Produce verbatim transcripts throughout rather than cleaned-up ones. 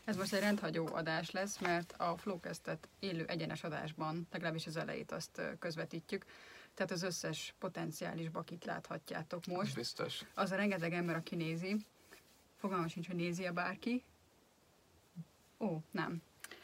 Ez most egy rendhagyó adás lesz, mert a Flowcast-et élő egyenes adásban, legalábbis az elejét azt közvetítjük. Tehát az összes potenciális bakit láthatjátok most. Biztos. Az a rengeteg ember, aki nézi, fogalmam sincs, hogy nézi-e bárki. Ó, nem.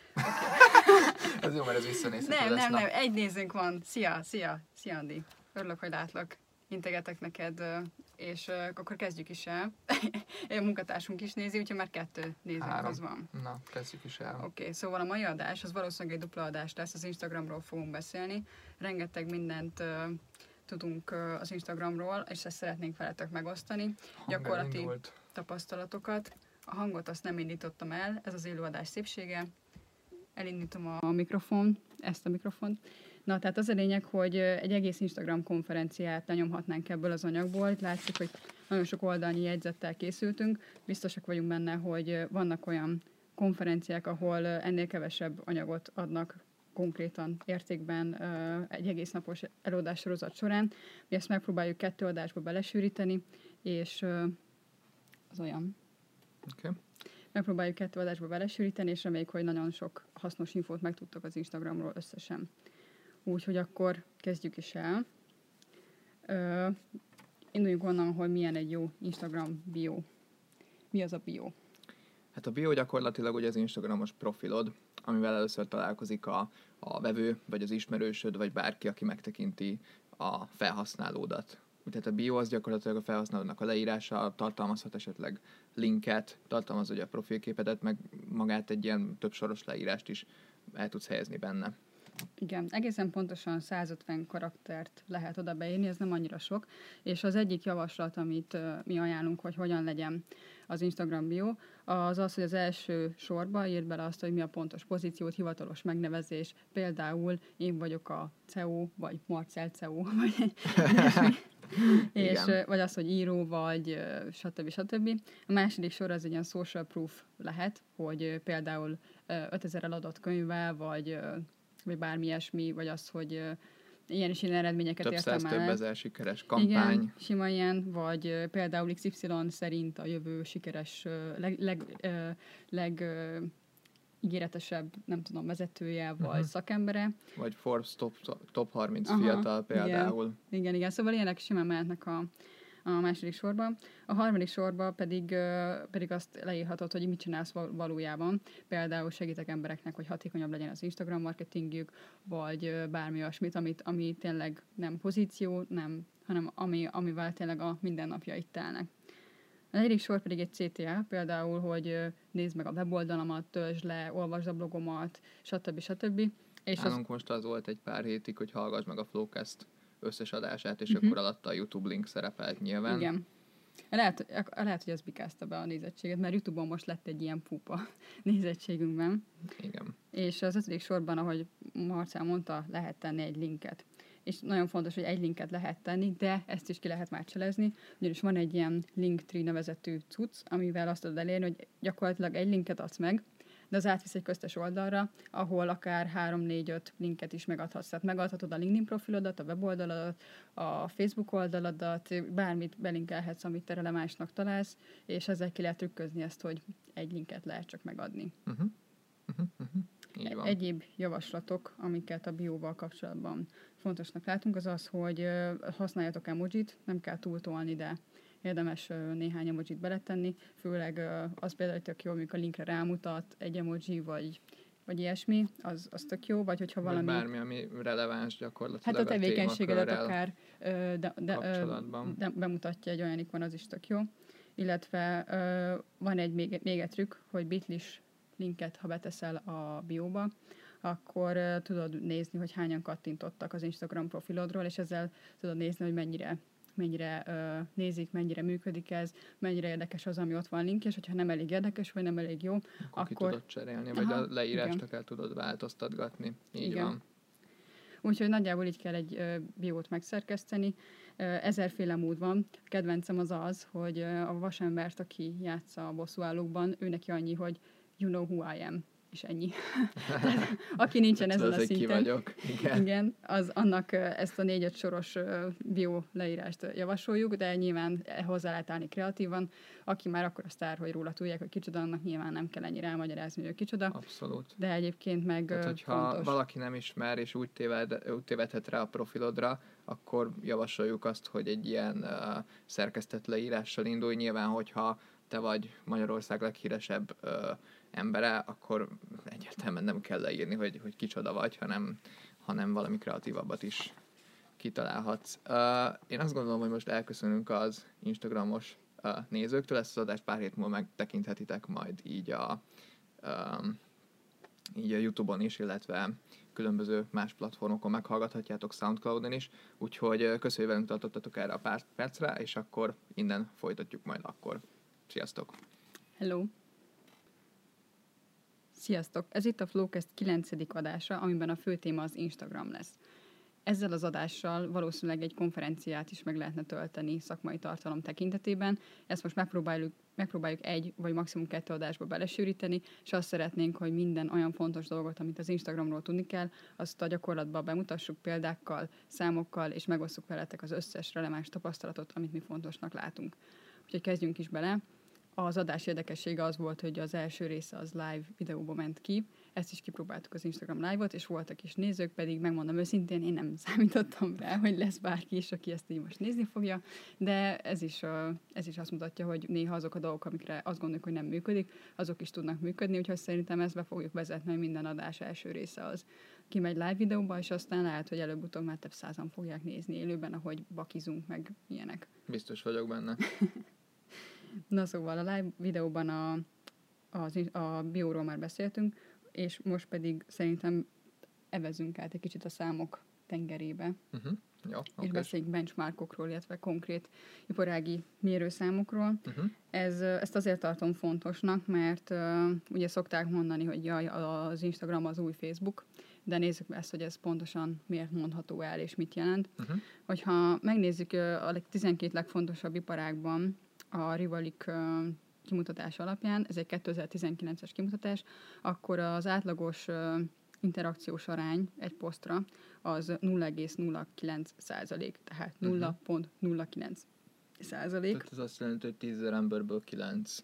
Ez jó, mert ez visszanézhető Nem, lesz. nem, Na. nem, egy nézőnk van. Szia, szia, szia Andi. Örülök, hogy látlak. Integetek neked, és akkor kezdjük is el. A munkatársunk is nézi, úgyhogy már kettő nézőnk Három. az van. Na, kezdjük is el. Oké, okay, szóval a mai adás, az valószínűleg egy dupla adás lesz, az Instagramról fogunk beszélni. Rengeteg mindent uh, tudunk uh, az Instagramról, és ezt szeretnénk veletek megosztani. Gyakorlati Indult. tapasztalatokat. A hangot azt nem indítottam el, ez az élőadás szépsége. Elindítom a mikrofon, ezt a mikrofont. Na, tehát az a lényeg, hogy egy egész Instagram konferenciát lenyomhatnánk ebből az anyagból. Itt látszik, hogy nagyon sok oldalnyi jegyzettel készültünk. Biztosak vagyunk benne, hogy vannak olyan konferenciák, ahol ennél kevesebb anyagot adnak konkrétan értékben egy egész napos előadás sorozat során. Mi ezt megpróbáljuk kettő adásba belesűríteni, és az olyan. Okay. Megpróbáljuk kettő adásba belesűríteni, és reméljük, hogy nagyon sok hasznos infót megtudtok az Instagramról összesen. Úgyhogy akkor kezdjük is el. Ö, induljunk onnan, hogy milyen egy jó Instagram bio. Mi az a bio? Hát a bio gyakorlatilag ugye az Instagramos profilod, amivel először találkozik a, a vevő, vagy az ismerősöd, vagy bárki, aki megtekinti a felhasználódat. Tehát a bio az gyakorlatilag a felhasználódnak a leírása, tartalmazhat esetleg linket, tartalmaz ugye a profilképedet, meg magát egy ilyen többsoros leírást is el tudsz helyezni benne. Igen, egészen pontosan száz ötven karaktert lehet oda beírni, ez nem annyira sok, és az egyik javaslat, amit uh, mi ajánlunk, hogy hogyan legyen az Instagram bio, az az, hogy az első sorba írd bele azt, hogy mi a pontos pozíciót, hivatalos megnevezés, például én vagyok a cé e o, vagy Marcel cé e o, vagy és, vagy az, hogy író, vagy stb. stb. A második sor az egy ilyen social proof lehet, hogy például ötezer eladott könyvvel, vagy vagy bármi ilyesmi, vagy az, hogy uh, ilyen és ilyen eredményeket több értem el. Több száz, több ezer sikeres kampány. Igen, sima ilyen, vagy uh, például iksz ipszilon szerint a jövő sikeres, uh, leg, leg, uh, leg uh, ígéretesebb, nem tudom, vezetője, vagy uh-huh. szakembere. Vagy Forbes top, top harminc Aha, fiatal például. Igen, igen, igen, szóval ilyenek simán mehetnek a a második sorban. A harmadik sorban pedig, pedig azt leírhatod, hogy mit csinálsz valójában. Például segítek embereknek, hogy hatékonyabb legyen az Instagram marketingjük, vagy bármi olyasmit, amit, ami tényleg nem pozíció, nem, hanem ami, amivel tényleg a mindennapjait telnek. A negyedik sor pedig egy cé té á, például, hogy nézd meg a weboldalamat, töltsd le, olvasd a blogomat, stb. stb. És Nálunk az... most az volt egy pár hétig, hogy hallgass meg a Flowcast összes adását, és uh-huh. akkor alatta a YouTube link szerepelt nyilván. Igen. Lehet, lehet, hogy ez bikázta be a nézettséget, mert YouTube-on most lett egy ilyen pupa nézettségünkben. Igen. És az ötödik sorban, ahogy Marcel mondta, lehet tenni egy linket. És nagyon fontos, hogy egy linket lehet tenni, de ezt is ki lehet már cselezni, ugyanis van egy ilyen Linktree nevezetű cucc, amivel azt tudod elérni, hogy gyakorlatilag egy linket adsz meg, de az átvisz egy köztes oldalra, ahol akár három négy öt linket is megadhatsz. Tehát megadhatod a LinkedIn profilodat, a weboldaladat, a Facebook oldaladat, bármit belinkelhetsz, amit te relevánsnak találsz, és ezzel ki lehet trükközni ezt, hogy egy linket lehet csak megadni. Uh-huh. Uh-huh. Uh-huh. Így van. Egyéb javaslatok, amiket a bióval kapcsolatban fontosnak látunk, az az, hogy használjatok emojit, nem kell túltolni, de érdemes néhány emojit beletenni, főleg az például tök jó, amikor a linkre rámutat egy emoji, vagy, vagy ilyesmi, az, az tök jó, vagy hogyha valami... Vagy bármi, ami releváns gyakorlatilag hát a tevékenységedet a akár de, de, de, bemutatja egy olyan ikon, az is tök jó. Illetve van egy még, még egy trükk, hogy bitlis linket, ha beteszel a bióba, akkor uh, tudod nézni, hogy hányan kattintottak az Instagram profilodról, és ezzel tudod nézni, hogy mennyire, mennyire uh, nézik, mennyire működik ez, mennyire érdekes az, ami ott van link, és hogyha nem elég érdekes, vagy nem elég jó, akkor... akkor... ki tudod cserélni, vagy Aha, a leírást igen. el tudod változtatgatni. Így igen. van. Úgyhogy nagyjából így kell egy uh, biót megszerkeszteni. Uh, ezerféle mód van. A kedvencem az az, hogy uh, a vasembert, aki játsza a bosszúállókban, ő neki annyi, hogy you know who I am. és ennyi. Tehát, aki nincsen ezen a Tudod, hogy ki szinten, vagyok. Igen. igen, az annak ö, ezt a négy-öt soros ö, bio leírást javasoljuk, de nyilván hozzá lehet állni kreatívan. Aki már akkor a sztár, hogy róla tudják, hogy kicsoda, annak nyilván nem kell ennyire elmagyarázni, hogy ő kicsoda. Abszolút. De egyébként meg Tehát, ö, hogyha fontos. valaki nem ismer, és úgy, téved, úgy tévedhet rá a profilodra, akkor javasoljuk azt, hogy egy ilyen uh, szerkesztett leírással indulj. Nyilván, hogyha te vagy Magyarország leghíresebb uh, embere, akkor egyértelműen nem kell leírni, hogy, hogy kicsoda vagy, hanem, hanem valami kreatívabbat is kitalálhatsz. Uh, én azt gondolom, hogy most elköszönünk az Instagramos uh, nézőktől, ezt az adást pár hét múlva megtekinthetitek majd így a, um, így a YouTube-on is, illetve különböző más platformokon meghallgathatjátok, SoundCloud-on is, úgyhogy uh, köszönjük, hogy velünk tartottatok erre a pár percre, és akkor innen folytatjuk majd akkor. Sziasztok! Hello! Sziasztok! Ez itt a Flowcast kilencedik adása, amiben a fő téma az Instagram lesz. Ezzel az adással valószínűleg egy konferenciát is meg lehetne tölteni szakmai tartalom tekintetében. Ezt most megpróbáljuk, megpróbáljuk egy vagy maximum kettő adásba belesűríteni, és azt szeretnénk, hogy minden olyan fontos dolgot, amit az Instagramról tudni kell, azt a gyakorlatban bemutassuk példákkal, számokkal, és megosszuk veletek az összes releváns tapasztalatot, amit mi fontosnak látunk. Úgyhogy kezdjünk is bele. Az adás érdekessége az volt, hogy az első része az live videóba ment ki, ezt is kipróbáltuk az Instagram live-ot, és voltak is nézők, pedig megmondom őszintén, én nem számítottam rá, hogy lesz bárki is, aki ezt így most nézni fogja, de ez is, ez is azt mutatja, hogy néha azok a dolgok, amikre azt gondoljuk, hogy nem működik, azok is tudnak működni, úgyhogy szerintem ezt be fogjuk vezetni, hogy minden adás első része az kimegy live videóba, és aztán lehet, hogy előbb-utóbb már több százan fogják nézni élőben, ahogy bakizunk, meg ilyenek. Biztos vagyok benne. Na szóval a live videóban a, az, a bióról már beszéltünk, és most pedig szerintem evezünk át egy kicsit a számok tengerébe, Uh-huh. Jó, és okay. beszéljünk benchmarkokról, illetve konkrét iparági mérőszámokról. Uh-huh. Ez, ezt azért tartom fontosnak, mert uh, ugye szokták mondani, hogy jaj, az Instagram az új Facebook, de nézzük ezt, hogy ez pontosan miért mondható el, és mit jelent. Uh-huh. Hogyha megnézzük uh, a tizenkét legfontosabb iparágban, a Rivalik uh, kimutatás alapján, ez egy kétezer-tizenkilences kimutatás, akkor az átlagos uh, interakciós arány egy posztra az nulla egész nulla kilenc százalék, tehát nulla egész nulla kilenc százalék. Tehát ez azt jelenti, hogy tízezer emberből kilenc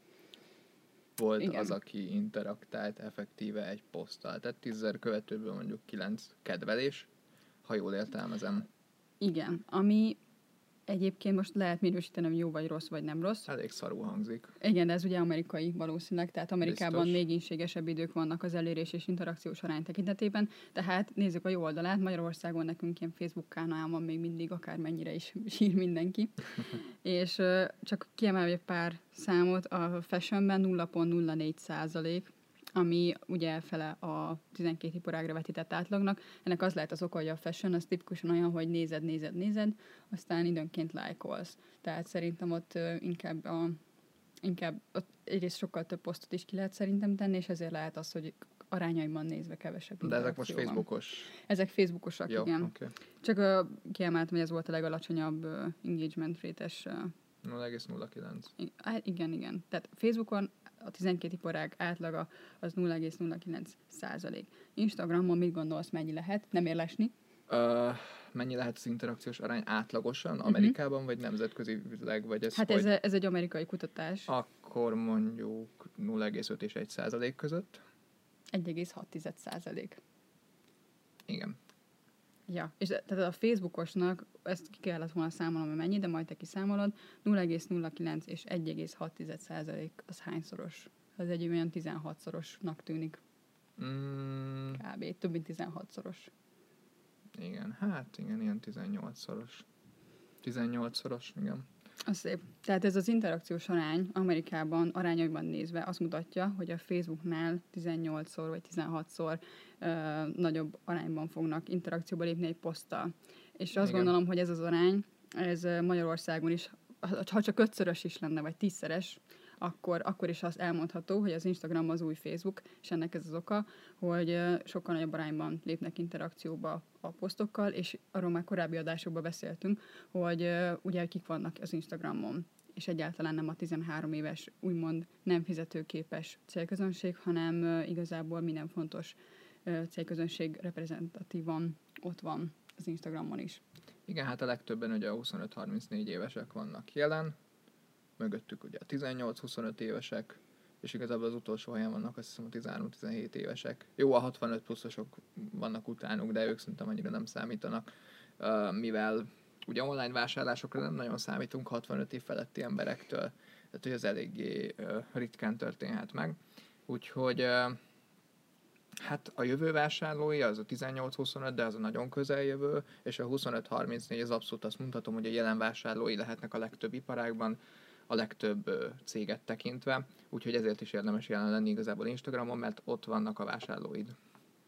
volt Igen. az, aki interaktált effektíve egy poszttal. Tehát tízezer követőből mondjuk kilenc kedvelés, ha jól értelmezem. Igen, ami egyébként most lehet minősítenem, jó vagy rossz, vagy nem rossz. Elég szarul hangzik. Igen, de ez ugye amerikai valószínűleg, tehát Amerikában Biztos. még ínségesebb idők vannak az elérés és interakciós arány tekintetében, tehát nézzük a jó oldalát, Magyarországon nekünk ilyen Facebook kanál van még mindig, akármennyire is sír mindenki. És uh, csak kiemelve egy pár számot, a fashionben nulla egész nulla négy százalék, ami ugye fele a tizenkét iparágra vetített átlagnak. Ennek az lehet az oka, hogy a fashion az tipikusan olyan, hogy nézed, nézed, nézed, aztán időnként lájkolsz. Tehát szerintem ott uh, inkább, a, inkább ott egyrészt sokkal több posztot is ki lehet szerintem tenni, és ezért lehet az, hogy arányaiban nézve kevesebb De ezek most interakció van. Facebookos? Ezek Facebookosak, Jó, igen. okay. Csak uh, kiemeltem, hogy ez volt a legalacsonyabb uh, engagement rate-es. Uh, nulla egész nulla kilenc. igen, igen. Tehát Facebookon a tizenkét iparág átlaga az nulla egész nulla kilenc százalék. Instagramon mit gondolsz, mennyi lehet? Nem ér lesni? Uh, mennyi lehet az interakciós arány átlagosan? Amerikában, uh-huh. vagy nemzetközileg? Vagy ez hát hogy? ez, ez egy amerikai kutatás. Akkor mondjuk nulla egész öt és egy százalék között. egy egész hat százalék. Igen. Ja, és tehát a Facebookosnak, ezt ki kellett volna számolnom, hogy mennyi, de majd te kiszámolod, nulla egész nulla kilenc és egy egész hat százalék az hányszoros? Az egy olyan tizenhatszorosnak tűnik. Mm, Kb. Több mint tizenhatszoros. igen, hát igen, ilyen tizennyolcszoros. tizennyolcszoros, igen. Az szép. Tehát ez az interakciós arány Amerikában arányaiban nézve azt mutatja, hogy a Facebooknál tizennyolcszor vagy tizenhatszor ö, nagyobb arányban fognak interakcióba lépni egy poszttal. És azt Igen. gondolom, hogy ez az arány, ez Magyarországon is, ha csak ötszörös is lenne, vagy tízszeres, akkor, akkor is az elmondható, hogy az Instagram az új Facebook, és ennek ez az oka, hogy sokkal nagyobb arányban lépnek interakcióba a posztokkal, és arról már korábbi adásokban beszéltünk, hogy ugye kik vannak az Instagramon. és egyáltalán nem a tizenhárom éves, úgymond nem fizetőképes célközönség, hanem igazából minden fontos célközönség reprezentatívan ott van az Instagramon is. Igen, hát a legtöbben ugye a huszonöt-harmincnégy évesek vannak jelen, mögöttük ugye a tizennyolc-huszonöt évesek, és igazából az utolsó helyen vannak azt hiszem a tizenhárom-tizenhét évesek. Jó, a hatvanöt pluszosok vannak utánuk, de ők szerintem annyira nem számítanak, mivel ugye online vásárlásokra nem nagyon számítunk hatvanöt év feletti emberektől, tehát hogy az eléggé ritkán történhet meg. Úgyhogy hát a jövő vásárlói az a tizennyolc-huszonöt, de az a nagyon közeljövő, és a huszonöt-harmincnégy az abszolút azt mondhatom, hogy a jelen vásárlói lehetnek a legtöbb iparágban, a legtöbb céget tekintve, úgyhogy ezért is érdemes jelen lenni igazából Instagramon, mert ott vannak a vásárlóid.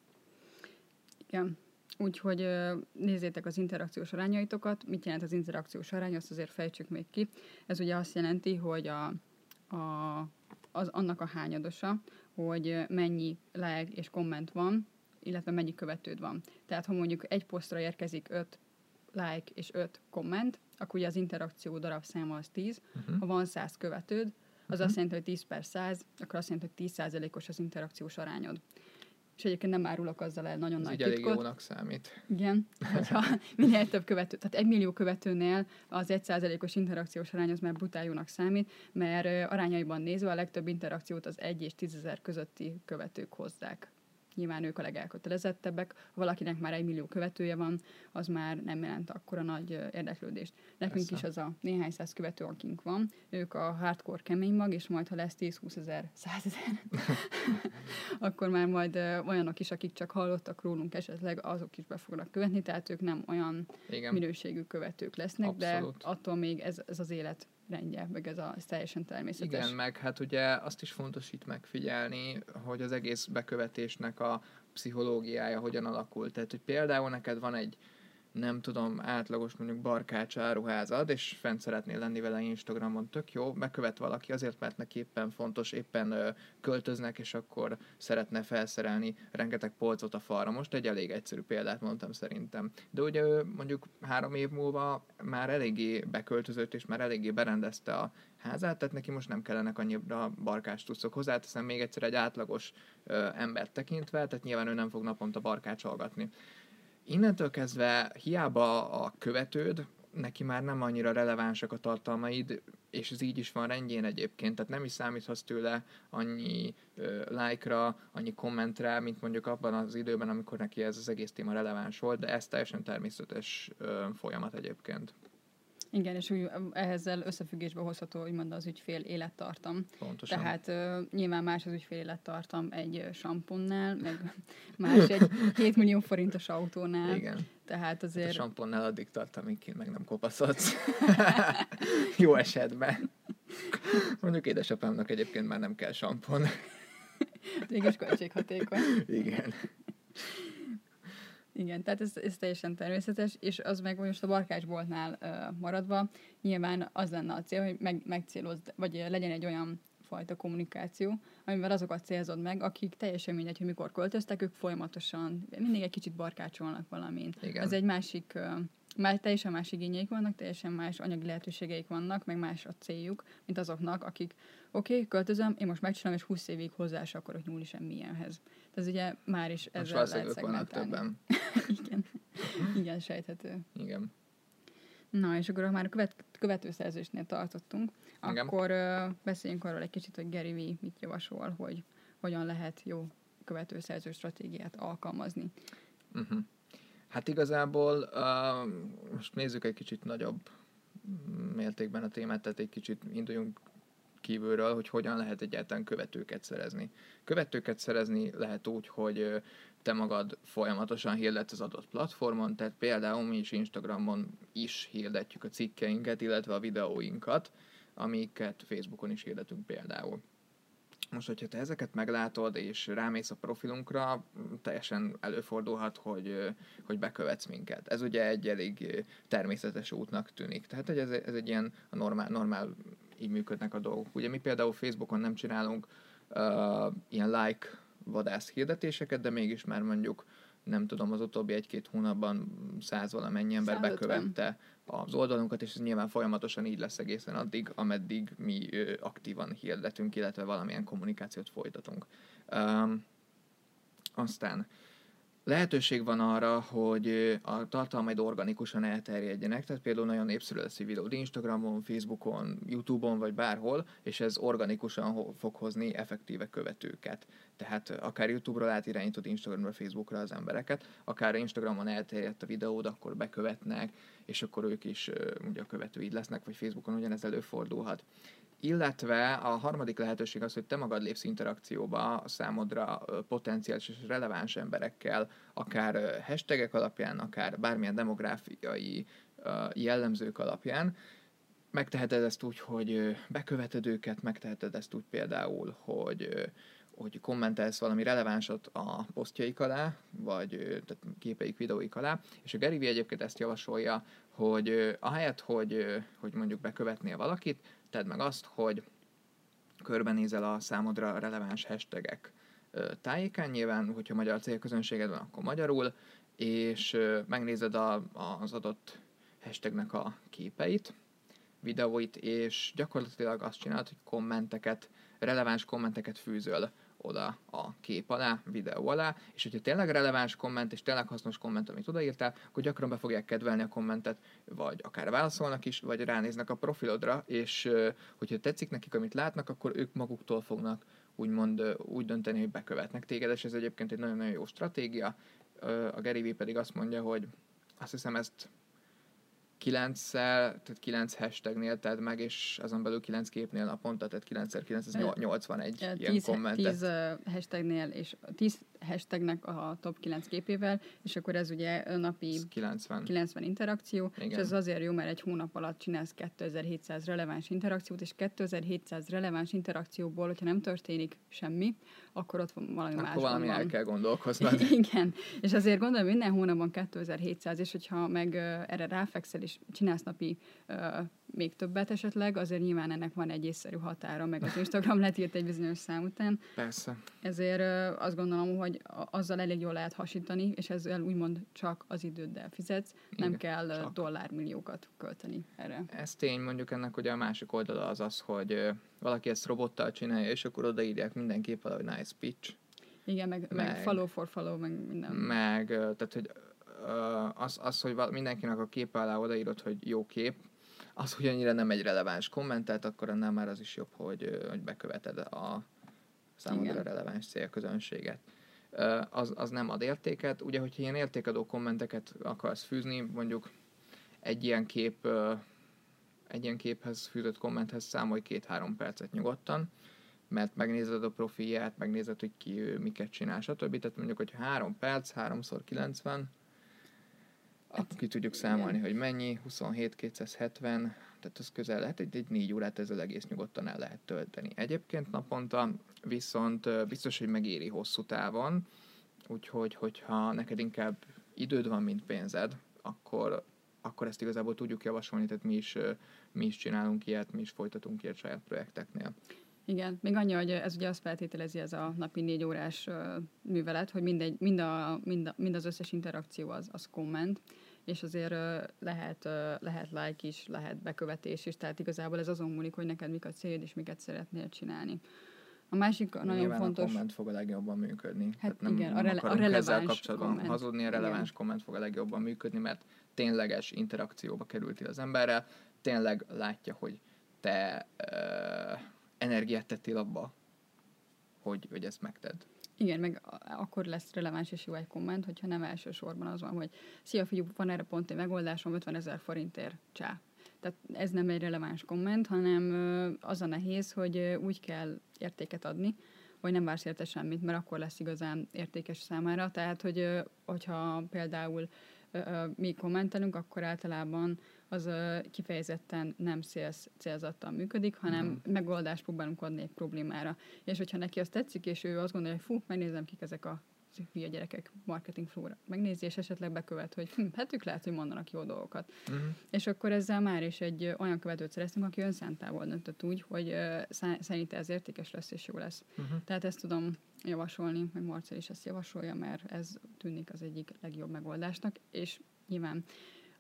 Igen, úgyhogy nézzétek az interakciós arányaitokat. Mit jelent az interakciós arány, azt azért fejtsük még ki. Ez ugye azt jelenti, hogy a, a, az annak a hányadosa, hogy mennyi like és komment van, illetve mennyi követőd van. Tehát ha mondjuk egy posztra érkezik öt like és öt komment, akkor ugye az interakció darabszáma az tíz. Uh-huh. Ha van száz követőd, az uh-huh. azt jelenti, hogy tíz per száz, akkor azt jelenti, hogy tíz százalékos az interakciós arányod. És egyébként nem árulok azzal el nagyon ez nagy titkot. Ez elég jónak számít. Igen, hogyha minél több követő, tehát egy millió követőnél az egy százalékos interakciós arány az már brutál jónak számít, mert arányaiban nézve a legtöbb interakciót az egy és tízezer közötti követők hozzák. Nyilván ők a legelkötelezettebbek, ha valakinek már egy millió követője van, az már nem jelent akkora nagy érdeklődést. Nekünk Persze. is az a néhány száz követő, akink van, ők a hardcore kemény mag, és majd ha lesz tíz-húszezer, százezer, akkor már majd olyanok is, akik csak hallottak rólunk esetleg, azok is be fognak követni, tehát ők nem olyan Igen. minőségű követők lesznek, Abszolút. De attól még ez, ez az élet rendje, meg ez, a, ez teljesen természetes. Igen, meg hát ugye azt is fontos itt megfigyelni, hogy az egész bekövetésnek a pszichológiája hogyan alakul. Tehát, hogy például neked van egy, nem tudom, átlagos mondjuk barkács áruházad, és fent szeretnél lenni vele Instagramon, tök jó, bekövet valaki azért, mert neki éppen fontos, éppen ö, költöznek, és akkor szeretne felszerelni rengeteg polcot a falra. Most egy elég egyszerű példát mondtam szerintem. De ugye ő mondjuk három év múlva már eléggé beköltözött, és már eléggé berendezte a házát, tehát neki most nem kellenek annyira barkács tuszok. Hozzáteszem még egyszer egy átlagos ö, embert tekintve, tehát nyilván ő nem fog naponta barkácsolgatni. Innentől kezdve hiába a követőd, neki már nem annyira relevánsak a tartalmaid, és ez így is van rendjén egyébként, tehát nem is számíthatsz tőle annyi ö, like-ra, annyi kommentre, mint mondjuk abban az időben, amikor neki ez az egész téma releváns volt, de ez teljesen természetes ö, folyamat egyébként. Igen, és úgy ehhez összefüggésbe hozható, úgymond az ügyfél élettartam. Pontosan. Tehát uh, nyilván más az ügyfél élettartam egy samponnál, meg más egy hét millió forintos autónál. Igen. Tehát azért... Hát a samponnál addig tart, amíg kint meg nem kopaszodsz. Jó esetben. Mondjuk édesapámnak egyébként már nem kell sampon. Mégis költséghatékony. Igen. Igen, tehát ez, ez teljesen természetes, és az meg most a barkácsboltnál uh, maradva, nyilván az lenne a cél, hogy meg, megcélozd, vagy legyen egy olyan fajta kommunikáció, amivel azokat célzod meg, akik teljesen mindegy, hogy mikor költöztek, ők folyamatosan mindig egy kicsit barkácsolnak valamin. Igen. Az egy másik, uh, már teljesen más igényeik vannak, teljesen más anyagi lehetőségeik vannak, meg más a céljuk, mint azoknak, akik oké, okay, költözöm, én most megcsinálom, és húsz évig hozzá se akarok nyúlni semmilyenhez. Tehát ugye már is ezzel lehet szegmentálni. Igen. Igen, sejthető. Igen. Na, és akkor ha már a követ, követőszerzésnél tartottunk, Igen. akkor uh, beszéljünk arról egy kicsit, hogy Gary Vee mit javasol, hogy hogyan lehet jó követőszerző stratégiát alkalmazni. Uh-huh. Hát igazából uh, most nézzük egy kicsit nagyobb mértékben a témát, tehát egy kicsit induljunk kívülről, hogy hogyan lehet egyáltalán követőket szerezni. Követőket szerezni lehet úgy, hogy te magad folyamatosan hirdetsz az adott platformon, tehát például mi is Instagramon is hirdetjük a cikkeinket, illetve a videóinkat, amiket Facebookon is hirdetünk például. Most, hogyha te ezeket meglátod, és rámész a profilunkra, teljesen előfordulhat, hogy, hogy bekövetsz minket. Ez ugye egy elég természetes útnak tűnik. Tehát ez, ez egy ilyen a normál, normál így működnek a dolgok. Ugye mi például Facebookon nem csinálunk uh, ilyen like vadász hirdetéseket, de mégis már mondjuk, nem tudom, az utóbbi egy-két hónapban száz valamennyi ember százötven bekövette az oldalunkat, és ez nyilván folyamatosan így lesz egészen addig, ameddig mi ö, aktívan hirdetünk, illetve valamilyen kommunikációt folytatunk. Um, aztán lehetőség van arra, hogy a tartalmaid organikusan elterjedjenek, tehát például nagyon népszerű lesz egy videód Instagramon, Facebookon, YouTube-on vagy bárhol, és ez organikusan fog hozni effektíve követőket. Tehát akár YouTube-ról átirányítod Instagramra, Facebookra az embereket, akár Instagramon elterjedt a videód, akkor bekövetnek, és akkor ők is ugye a követőid lesznek, vagy Facebookon ugyanez előfordulhat. Illetve a harmadik lehetőség az, hogy te magad lépsz interakcióba a számodra potenciális és releváns emberekkel, akár hashtagek alapján, akár bármilyen demográfiai jellemzők alapján. Megteheted ezt úgy, hogy beköveted őket, megteheted ezt úgy például, hogy, hogy kommentelsz valami relevánsat a posztjaik alá, vagy tehát képeik, videóik alá, és a Gary Vee egyébként ezt javasolja, hogy ahelyett, hogy, hogy mondjuk bekövetnél valakit, tedd meg azt, hogy körbenézel a számodra releváns hashtagek tájékán, nyilván, hogyha magyar célközönséged van, akkor magyarul, és megnézed a, az adott hashtagnek a képeit, videóit, és gyakorlatilag azt csinálod, hogy kommenteket, releváns kommenteket fűzöl oda a kép alá, videó alá, és hogyha tényleg releváns komment, és tényleg hasznos komment, amit odaírtál, akkor gyakran be fogják kedvelni a kommentet, vagy akár válaszolnak is, vagy ránéznek a profilodra, és hogyha tetszik nekik, amit látnak, akkor ők maguktól fognak úgymond úgy dönteni, hogy bekövetnek téged, és ez egyébként egy nagyon-nagyon jó stratégia. A Gary Vee pedig azt mondja, hogy azt hiszem ezt kilencszer, tehát kilenc hashtagnél tedd meg, és azon belül kilenc képnél naponta, tehát kilenc kilenc, ez nyolcvanegy ja, ilyen tíz, kommentet. tíz hashtagnél, és tíz hashtagnek a top kilenc képével, és akkor ez ugye napi kilencven. kilencven interakció, Igen. és ez azért jó, mert egy hónap alatt csinálsz kétezer-hétszáz releváns interakciót, és kétezer-hétszáz releváns interakcióból, hogyha nem történik semmi, akkor ott van valami akkor másban valami van. el kell gondolkoznod. Igen, és azért gondolom, minden hónapban kétezer-hétszáz, és hogyha meg uh, erre ráfekszel, és csinálsz napi uh, még többet esetleg, azért nyilván ennek van egy észszerű határa, meg az Instagram letírt egy bizonyos szám után. Persze. Ezért uh, azt gondolom, hogy azzal elég jól lehet hasítani, és ezzel úgymond csak az időddel fizetsz, nem Igen, kell csak. dollármilliókat költeni erre. Ez tény, mondjuk ennek ugye a másik oldala az az, hogy uh, valaki ezt robottal csinálja, és akkor odaírják mindenképp valahogy nice pitch. Igen, meg, meg, meg follow for follow, meg minden. Meg, uh, tehát, hogy uh, az, az, hogy mindenkinek a képe alá odaírod, hogy jó kép, az, hogy annyira nem egy releváns kommentet, akkor annál már az is jobb, hogy, hogy beköveted a számodra Igen. releváns célközönséget. Az, az nem ad értéket. Ugye, hogyha ilyen értékadó kommenteket akarsz fűzni, mondjuk egy ilyen kép, egy ilyen képhez fűzött kommenthez számolj két-három percet nyugodtan, mert megnézed a profilját, megnézed, hogy ki ő, miket csinál, stb. Tehát mondjuk, hogy három perc, háromszor kilencven, akkor ki tudjuk számolni, hogy mennyi, huszonhét kétszázhetven, tehát az közel lehet, egy, egy négy órát ezzel egész nyugodtan el lehet tölteni. Egyébként naponta viszont biztos, hogy megéri hosszú távon, úgyhogy, hogyha neked inkább időd van, mint pénzed, akkor, akkor ezt igazából tudjuk javasolni, tehát mi is, mi is csinálunk ilyet, mi is folytatunk ilyet saját projekteknél. Igen, még annyi, hogy ez ugye azt feltételezi, ez a napi négy órás uh, művelet, hogy mindegy, mind, a, mind, a, mind az összes interakció az, az komment, és azért uh, lehet, uh, lehet like is, lehet bekövetés is, tehát igazából ez azon múlik, hogy neked mik a céljad, és miket szeretnél csinálni. A másik nagyon Nyilván fontos... a komment fog a legjobban működni. Hát nem, igen, nem a, rele- a releváns ezzel kapcsolatban komment. hazudni, a releváns igen. komment fog a legjobban működni, mert tényleges interakcióba kerültél az emberrel, tényleg látja, hogy te... Uh, energiát tettél abba, hogy, hogy ezt megtedd. Igen, meg akkor lesz releváns és jó egy komment, hogyha nem elsősorban az van, hogy szia fiúk, van erre pont egy megoldásom, ötvenezer forintért, csá. Tehát ez nem egy releváns komment, hanem az a nehéz, hogy úgy kell értéket adni, hogy nem vársz érte semmit, mert akkor lesz igazán értékes számára. Tehát, hogy hogyha például mi kommentelünk, akkor általában az kifejezetten nem célz, célzattan működik, hanem mm. megoldást próbálunk adni egy problémára. És hogyha neki azt tetszik, és ő azt gondolja, hogy fú, megnézem, kik ezek a hülye gyerekek marketing flóra. Megnézi, és esetleg bekövet, hogy hm, hát ők lehet, hogy mondanak jó dolgokat. Mm. És akkor ezzel már is egy olyan követőt szereztünk, aki önszántával döntött úgy, hogy uh, szerint ez értékes lesz, és jó lesz. Mm-hmm. Tehát ezt tudom javasolni, meg Marcel is ezt javasolja, mert ez tűnik az egyik legjobb megoldásnak, és nyilván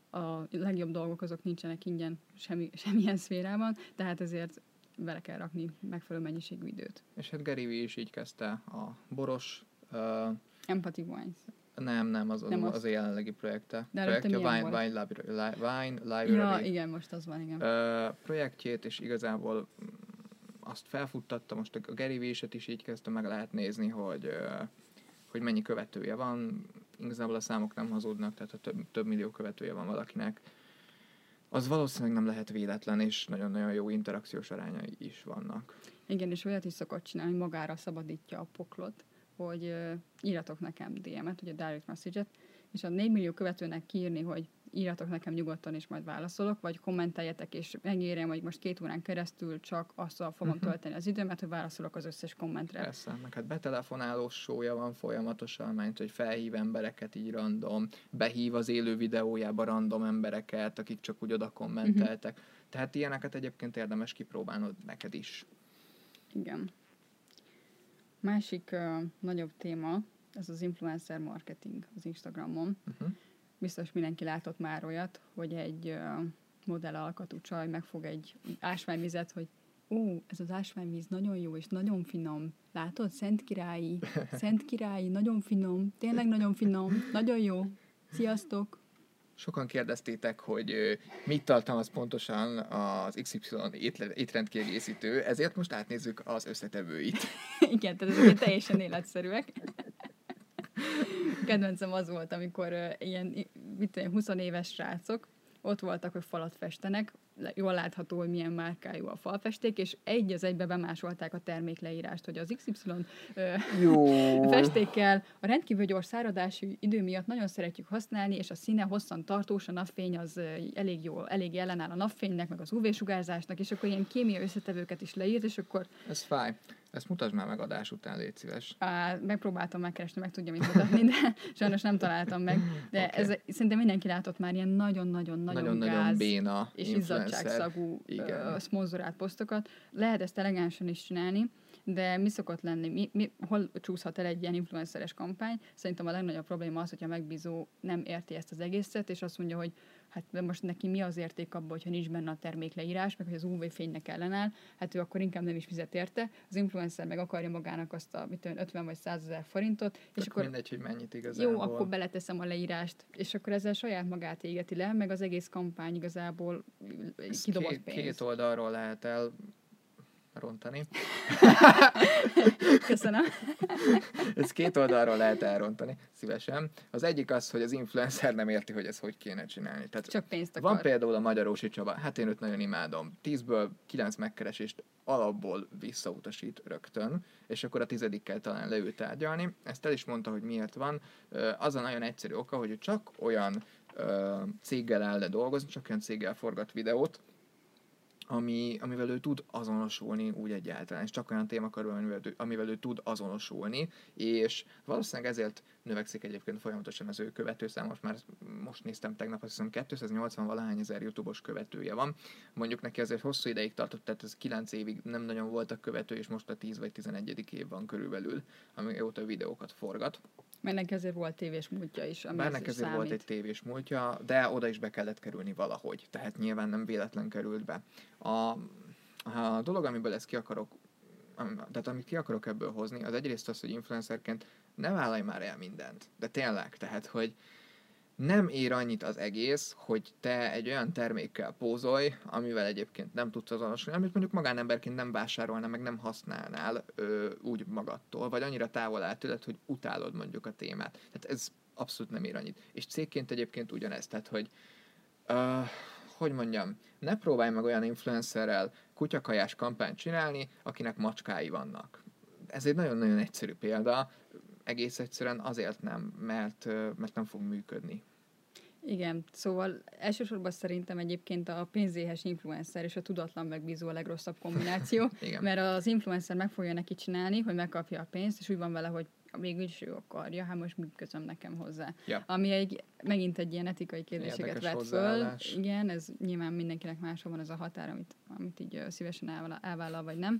a legjobb dolgok azok nincsenek ingyen semmi, semmilyen szférában, tehát ezért bele kell rakni megfelelő mennyiségű időt. És hát Gary Vee is így kezdte a boros... Uh, Empathy Wines. Nem, nem, az, nem az, az a jelenlegi projekte. De projektje milyen Wine, volt? Wine, Library, Wine Library. Ja, igen, most az van, igen. Uh, projektjét, és igazából azt felfuttatta, most a Gary Vee-set is így kezdte, meg lehet nézni, hogy, uh, hogy mennyi követője van. Igazából a számok nem hazudnak, tehát ha több, több millió követője van valakinek, az valószínűleg nem lehet véletlen, és nagyon-nagyon jó interakciós arányai is vannak. Igen, és olyat is szokott csinálni, hogy magára szabadítja a poklot, hogy uh, írjatok nekem dé emet, ugye direct message-et, és a négy millió követőnek kiírni, hogy írjatok nekem nyugodtan, és majd válaszolok, vagy kommenteljetek, és megérjem, hogy most két órán keresztül csak azzal fogom uh-huh. tölteni az időmet, hogy válaszolok az összes kommentre. Persze, meg hát betelefonálós show-ja van folyamatosan, mert hogy felhív embereket így random, behív az élő videójába random embereket, akik csak úgy oda kommenteltek. Uh-huh. Tehát ilyeneket egyébként érdemes kipróbálnod neked is. Igen. Másik uh, nagyobb téma, ez az influencer marketing az Instagramon. Uh-huh. Biztos mindenki látott már olyat, hogy egy uh, modell alkatú csaj megfog egy ásványvizet, hogy ó, ez az ásványvíz nagyon jó és nagyon finom. Látod? Szentkirályi. Szentkirályi, nagyon finom. Tényleg nagyon finom. Nagyon jó. Sziasztok! Sokan kérdeztétek, hogy mit tartalmaz pontosan az iksz ipszilon étrendkiegészítő, ezért most átnézzük az összetevőit. Igen, tehát ezek teljesen életszerűek. Kedvencem az volt, amikor uh, ilyen mit tudom, húsz éves srácok ott voltak, hogy falat festenek, jól látható, hogy milyen márkájú a falfesték, és egy az egybe bemásolták a termékleírást, hogy az iksz ipszilon uh, festékkel a rendkívül gyors száradási idő miatt nagyon szeretjük használni, és a színe hosszan tartós, a napfény az uh, elég jó, elég ellenáll a napfénynek, meg az ú vé-sugárzásnak, és akkor ilyen kémiai összetevőket is leírt, és akkor... Ez fáj. Ezt mutasd már meg adás után, légy szíves. Á, megpróbáltam megkeresni, meg tudja, mit mutatni, de sajnos nem találtam meg. De okay. Ez szerintem mindenki látott már ilyen nagyon-nagyon-nagyon gáz béna és izzadságszagú szponzorált posztokat. Lehet ezt elegánsan is csinálni, de mi szokott lenni? Mi, mi, hol csúszhat el egy ilyen influenceres kampány? Szerintem a legnagyobb probléma az, hogy a megbízó nem érti ezt az egészet, és azt mondja, hogy hát de most neki mi az érték abban, hogyha nincs benne a termékleírás, meg hogy az ú vé-fénynek ellenáll, hát ő akkor inkább nem is fizet érte. Az influencer meg akarja magának azt a mit tudom, ötven vagy százezer forintot, és Tök akkor mindegy, hogy mennyit igazából. Jó, akkor beleteszem a leírást, és akkor ezzel saját magát égeti le, meg az egész kampány igazából kidobott két, pénz. Két oldalról lehet el rontani. Köszönöm. Ez két oldalról lehet elrontani, szívesen. Az egyik az, hogy az influencer nem érti, hogy ezt hogy kéne csinálni. Tehát csak pénzt akar. Van például a Magyarósi Csaba, hát én őt nagyon imádom. Tízből kilenc megkeresést alapból visszautasít rögtön, és akkor a tizedikkel talán leül tárgyalni. Ezt el is mondta, hogy miért van. Az a nagyon egyszerű oka, hogy csak olyan céggel áll le dolgozni, csak olyan céggel forgat videót, Ami, amivel ő tud azonosulni úgy egyáltalán, és csak olyan témakörül, amivel, amivel ő tud azonosulni, és valószínűleg ezért növekszik egyébként folyamatosan az ő követőszám, most már most néztem tegnap, azt hiszem kétszáznyolcvan valahány ezer YouTube-os követője van, mondjuk neki azért hosszú ideig tartott, tehát ez kilenc évig nem nagyon voltak követő, és most a tíz vagy tizenegyedik év van körülbelül, amióta videókat forgat. Mert ezért volt tévés múltja is, ami Bár ezért számít. Volt egy tévés múltja, de oda is be kellett kerülni valahogy, tehát nyilván nem véletlen került be. A, a dolog, amiből ezt ki akarok, tehát amit ki akarok ebből hozni, az egyrészt az, hogy influencerként ne vállalj már el mindent, de tényleg, tehát, hogy nem ér annyit az egész, hogy te egy olyan termékkel pózolj, amivel egyébként nem tudsz azonosulni, amit mondjuk magánemberként nem vásárolnál, meg nem használnál ö, úgy magadtól, vagy annyira távol áll tőled, hogy utálod mondjuk a témát. Tehát ez abszolút nem ér annyit. És cégként egyébként ugyanez, tehát, hogy ö, hogy mondjam, ne próbálj meg olyan influencerrel kutyakajás kampányt csinálni, akinek macskái vannak. Ez egy nagyon-nagyon egyszerű példa, egész egyszerűen azért nem, mert, mert nem fog működni. Igen, szóval elsősorban szerintem egyébként a pénzéhes influencer és a tudatlan megbízó a legrosszabb kombináció, mert az influencer meg fogja neki csinálni, hogy megkapja a pénzt, és úgy van vele, hogy mégis ő akarja, hát most mi közöm nekem hozzá. Ja. Ami egy, megint egy ilyen etikai kérdéseket vet föl. Igen, ez nyilván mindenkinek máshol van ez a határ, amit, amit így szívesen elvállal, elvállal, vagy nem.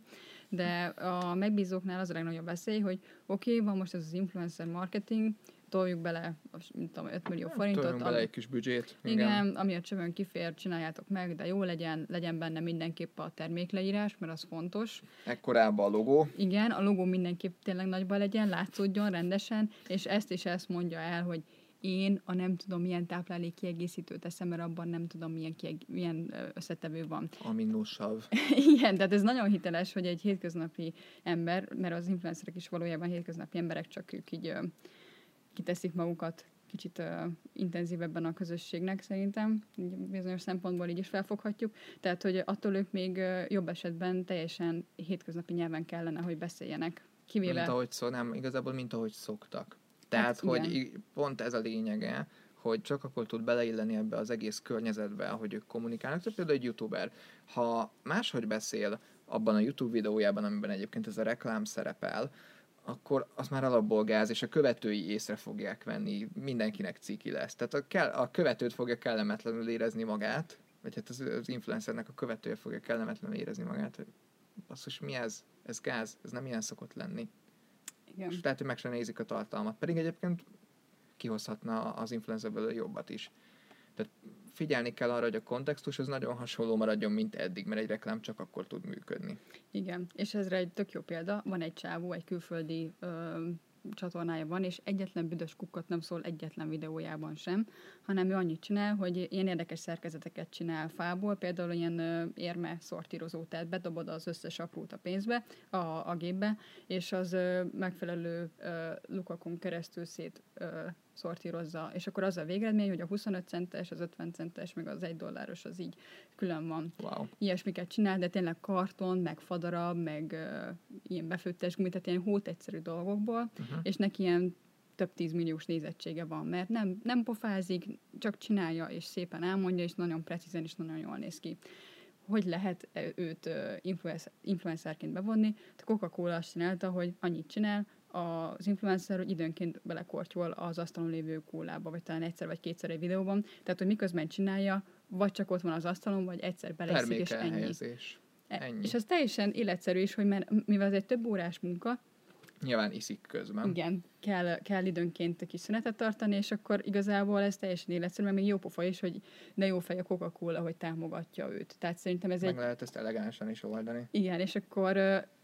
de a megbízóknál az a legnagyobb veszély, hogy oké, okay, van most ez az influencer marketing, toljuk bele, mint tudom, öt millió forintot. Toljunk bele egy kis büdzsét. Igen, igen, ami a csövön kifér, csináljátok meg, de jó legyen, legyen benne mindenképp a termékleírás, mert az fontos. Ekkorában a logó. Igen, a logó mindenképp tényleg nagyban legyen, látszódjon rendesen, és ezt is ezt mondja el, hogy én a nem tudom milyen táplálék kiegészítőt teszem, mert abban nem tudom milyen, kieg- milyen összetevő van. Aminosav. Igen, tehát ez nagyon hiteles, hogy egy hétköznapi ember, mert az influencerek is valójában hétköznapi emberek, csak ők így ö, kiteszik magukat kicsit ö, intenzívebben a közösségnek szerintem, így bizonyos szempontból így is felfoghatjuk. Tehát, hogy attól ők még ö, jobb esetben teljesen hétköznapi nyelven kellene, hogy beszéljenek. Kivéve... Mint ahogy szó, nem, igazából mint ahogy szoktak. Tehát, hát, hogy igen. Pont ez a lényege, hogy csak akkor tud beleilleni ebbe az egész környezetbe, ahogy ők kommunikálnak. Tehát például egy youtuber, ha máshogy beszél abban a YouTube videójában, amiben egyébként ez a reklám szerepel, akkor az már alapból gáz, és a követői észre fogják venni, mindenkinek ciki lesz. Tehát a, kell, a követőt fogja kellemetlenül érezni magát, vagy hát az, az influencernek a követője fogja kellemetlenül érezni magát, hogy basszus, mi ez? Ez gáz, ez nem ilyen szokott lenni. Igen. És lehet, hogy meg sem nézik a tartalmat. Pedig egyébként kihozhatna az influencerből jobbat is. Tehát figyelni kell arra, hogy a kontextus az nagyon hasonló maradjon, mint eddig, mert egy reklám csak akkor tud működni. Igen, és ezre egy tök jó példa. Van egy csávó, egy külföldi ö, csatornája van, és egyetlen büdös kukkot nem szól egyetlen videójában sem, hanem ő annyit csinál, hogy ilyen érdekes szerkezeteket csinál fából, például ilyen ö, érme szortírozó, tehát bedobod az összes aprót a pénzbe, a, a gépbe, és az ö, megfelelő ö, lukakon keresztül szét ö, szortírozza, és akkor az a végeredmény, hogy a huszonöt centes, az ötven centes, meg az egy dolláros az így külön van. Wow. Ilyesmiket csinál, de tényleg karton, meg fadarab, meg uh, ilyen befőttes gumi, tehát ilyen hót egyszerű dolgokból, uh-huh. és neki ilyen több tízmilliós nézettsége van, mert nem, nem pofázik, csak csinálja, és szépen elmondja, és nagyon precízen, és nagyon jól néz ki. Hogy lehet őt uh, influencer, influencerként bevonni? A Coca-Cola azt csinálta, hogy annyit csinál, az influencer, hogy időnként belekortyol az asztalon lévő kólába, vagy talán egyszer vagy kétszer egy videóban, tehát hogy miközben csinálja, vagy csak ott van az asztalon, vagy egyszer beleiszik, és ennyi. Termékelhelyezés. Ennyi. És az teljesen életszerű is, hogy mert, mivel ez egy több órás munka, nyilván iszik közben. Igen, kell, kell időnként kis szünetet tartani, és akkor igazából ez teljesen életszerű, mert még jó pofa is, hogy de jó fej a Coca-Cola, hogy támogatja őt. Tehát szerintem ez Meg egy... lehet ezt elegánsan is oldani. Igen, és akkor...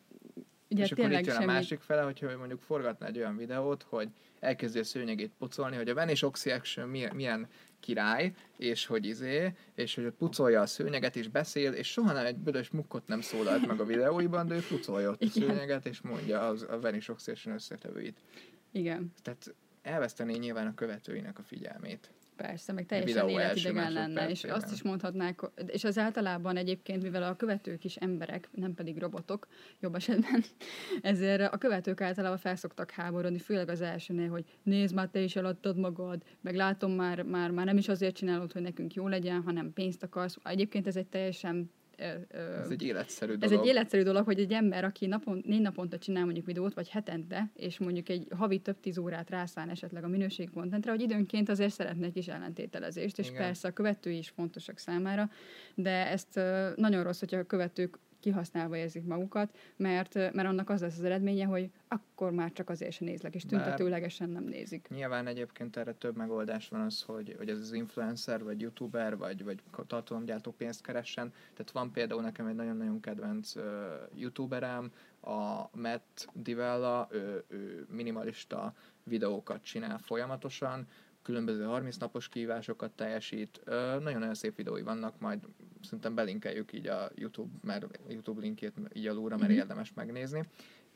Ugye és akkor itt jön semmi... a másik fele, hogyha mondjuk forgatná egy olyan videót, hogy elkezdi a szőnyegét pucolni, hogy a Vanish Oxy Action milyen, milyen király, és hogy izé, és hogy ott pucolja a szőnyeget, és beszél, és soha nem egy büdös mukkot nem szólalt meg a videóiban, de ő pucolja ott a szőnyeget, és mondja az, a Vanish Oxy Action összetevőit. Igen. Tehát elvesztené nyilván a követőinek a figyelmét. Persze, meg teljesen életidegen lenne, és azt is mondhatnák, és az általában egyébként, mivel a követők is emberek, nem pedig robotok, jobb esetben, ezért a követők általában felszoktak háborodni, főleg az elsőnél, hogy nézd már, te is eladtad magad, meg látom már, már, már nem is azért csinálod, hogy nekünk jó legyen, hanem pénzt akarsz. Egyébként ez egy teljesen Ez egy életszerű dolog. Ez egy életszerű dolog, hogy egy ember, aki napon, négy naponta csinál mondjuk videót, vagy hetente, és mondjuk egy havi több tíz órát rászán esetleg a minőség contentre, hogy időnként azért szeretne egy kis ellentételezést, és igen. Persze a követői is fontosak számára, de ezt nagyon rossz, hogyha a követők kihasználva érzik magukat, mert, mert annak az lesz az eredménye, hogy akkor már csak azért se nézlek, és tüntetőlegesen nem nézik. Nyilván egyébként erre több megoldás van az, hogy, hogy ez az influencer, vagy youtuber, vagy, vagy tartalomgyártó pénzt keressen. Tehát van például nekem egy nagyon-nagyon kedvenc uh, youtuberem, a Matt Divella, ő, ő minimalista videókat csinál folyamatosan, különböző harminc napos kihívásokat teljesít. Ö, nagyon-nagyon szép videói vannak, majd szerintem belinkeljük így a YouTube, mert YouTube linkjét így alulra, mert mm-hmm. érdemes megnézni.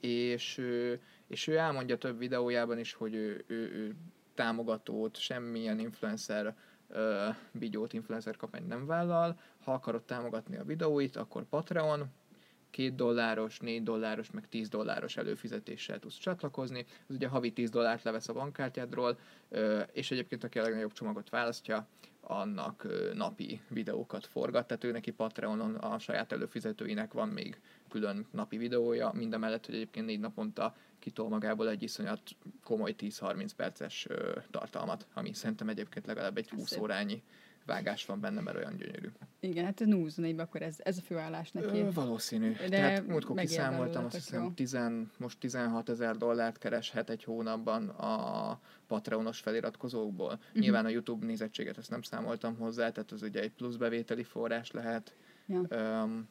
És, és ő elmondja több videójában is, hogy ő, ő, ő támogatót, semmilyen influencer ö, bigyót, influencer kampányt nem vállal. Ha akarod támogatni a videóit, akkor Patreon, két dolláros, négy dolláros, meg tíz dolláros előfizetéssel tudsz csatlakozni. Ez ugye havi tíz dollárt levesz a bankkártyádról, és egyébként aki a legnagyobb csomagot választja, annak napi videókat forgat, tehát ő neki Patreonon a saját előfizetőinek van még külön napi videója, mindamellett, hogy egyébként négy naponta kitol magából egy iszonyat komoly tíz-harminc perces tartalmat, ami szerintem egyébként legalább egy húsz órányi vágás van benne, mert olyan gyönyörű. Igen, hát nullhuszonnégyben akkor ez, ez a főállás neki. Ö, valószínű. De Tehát múltkor kiszámoltam, azt tök hiszem jó. tíz, most tizenhat ezer dollárt kereshet egy hónapban a Patreonos feliratkozókból. Uh-huh. Nyilván a YouTube nézettséget ezt nem számoltam hozzá, tehát az ugye egy plusz bevételi forrás lehet. Ja. Öm,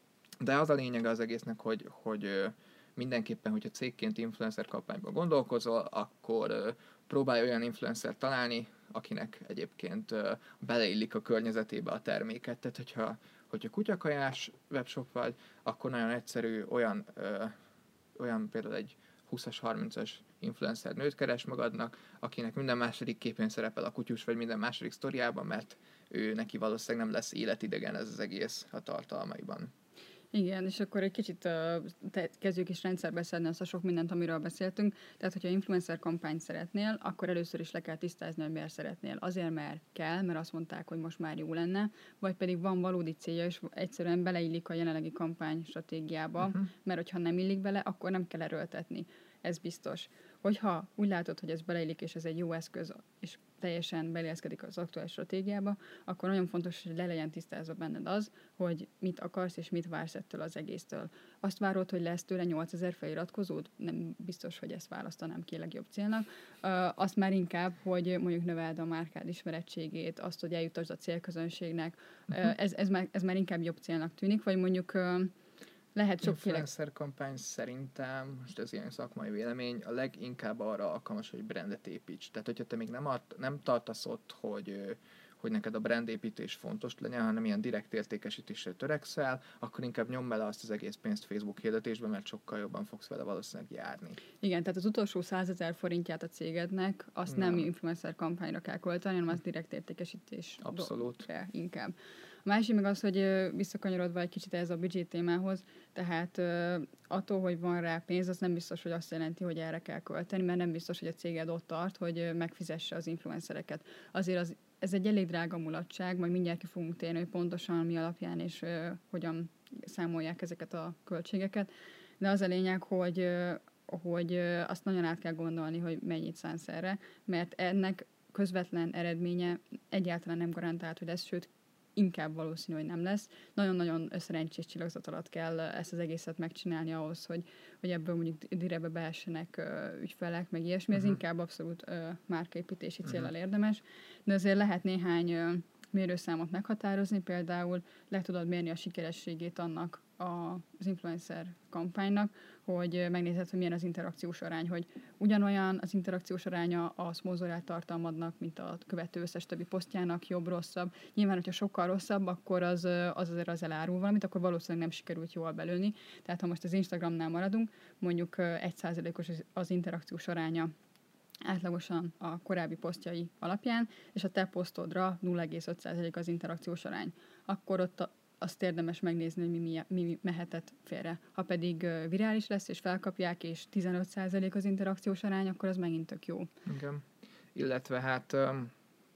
de az a lényege az egésznek, hogy, hogy ö, mindenképpen, hogyha cégként influencer kampányban gondolkozol, akkor ö, próbálj olyan influencer találni, akinek egyébként ö, beleillik a környezetébe a terméket. Tehát, hogyha, hogyha kutyakajás webshop vagy, akkor nagyon egyszerű olyan, ö, olyan például egy húszas, harmincas influencer nőt keres magadnak, akinek minden második képén szerepel a kutyus, vagy minden második sztoriában, mert ő neki valószínűleg nem lesz életidegen ez az egész a tartalmaiban. Igen, és akkor egy kicsit uh, te, kezdjük is rendszerbe szedni azt a sok mindent, amiről beszéltünk. Tehát, hogyha influencer kampányt szeretnél, akkor először is le kell tisztázni, hogy miért szeretnél. Azért, mert kell, mert azt mondták, hogy most már jó lenne, vagy pedig van valódi célja, és egyszerűen beleillik a jelenlegi kampány stratégiába, uh-huh. mert hogyha nem illik bele, akkor nem kell erőltetni. Ez biztos. Hogyha úgy látod, hogy ez beleillik, és ez egy jó eszköz, és teljesen beleilleszkedik az aktuális stratégiába, akkor nagyon fontos, hogy le legyen tisztázva benned az, hogy mit akarsz, és mit vársz ettől az egésztől. Azt várod, hogy lesz tőle nyolcezer feliratkozód? Nem biztos, hogy ezt választanám ki a legjobb célnak. Uh, azt már inkább, hogy mondjuk növeld a márkád ismerettségét, azt, hogy eljutasd a célközönségnek. Uh, ez, ez, már, ez már inkább jobb célnak tűnik, vagy mondjuk uh, lehet sokféle... Influencer kampány szerintem, most ez ilyen szakmai vélemény, a leginkább arra alkalmas, hogy brandet építs. Tehát, hogyha te még nem, art, nem tartasz ott, hogy, hogy neked a brandépítés fontos legyen, hanem ilyen direkt értékesítésre törekszel, akkor inkább nyomd bele azt az egész pénzt Facebook hirdetésbe, mert sokkal jobban fogsz vele valószínűleg járni. Igen, tehát az utolsó százezer forintját a cégednek, azt nem, nem influencer kampányra kell költeni, hanem az direkt értékesítés. Abszolút. Inkább. A másik meg az, hogy visszakanyarodva egy kicsit ez a budget témához, tehát attól, hogy van rá pénz, az nem biztos, hogy azt jelenti, hogy erre kell költeni, mert nem biztos, hogy a céged ott tart, hogy megfizesse az influencereket. Azért az, ez egy elég drága mulatság, majd mindjárt ki fogunk térni, hogy pontosan mi alapján és uh, hogyan számolják ezeket a költségeket. De az a lényeg, hogy, uh, hogy uh, azt nagyon át kell gondolni, hogy mennyit szánsz erre, mert ennek közvetlen eredménye egyáltalán nem garantált, hogy lesz, sőt, inkább valószínű, hogy nem lesz. Nagyon-nagyon szerencsés csillagzat alatt kell ezt az egészet megcsinálni ahhoz, hogy, hogy ebből mondjuk direktbe beessenek uh, ügyfelek, meg ilyesmi. Uh-huh. Ez inkább abszolút uh, márkaépítési céllal uh-huh. érdemes. De azért lehet néhány uh, mérőszámot meghatározni, például le tudod mérni a sikerességét annak az influencer kampánynak, hogy megnézed, hogy milyen az interakciós arány, hogy ugyanolyan az interakciós aránya a szponzorált tartalmadnak, mint a követő összes többi posztjának, jobb, rosszabb. Nyilván, hogyha sokkal rosszabb, akkor az, az azért az elárul valamit, akkor valószínűleg nem sikerült jól belőni. Tehát ha most az Instagramnál maradunk, mondjuk egy százalékos az interakciós aránya átlagosan a korábbi posztjai alapján, és a te posztodra nulla egész öt százalék az interakciós arány. Akkor ott a azt érdemes megnézni, hogy mi, mi, mi mehetett félre. Ha pedig uh, virális lesz, és felkapják, és tizenöt százalék az interakciós arány, akkor az megint tök jó. Igen. Illetve hát um,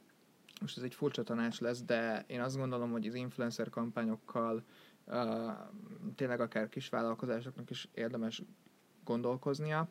most ez egy furcsa tanács lesz, de én azt gondolom, hogy az influencer kampányokkal uh, tényleg akár kisvállalkozásoknak is érdemes gondolkoznia.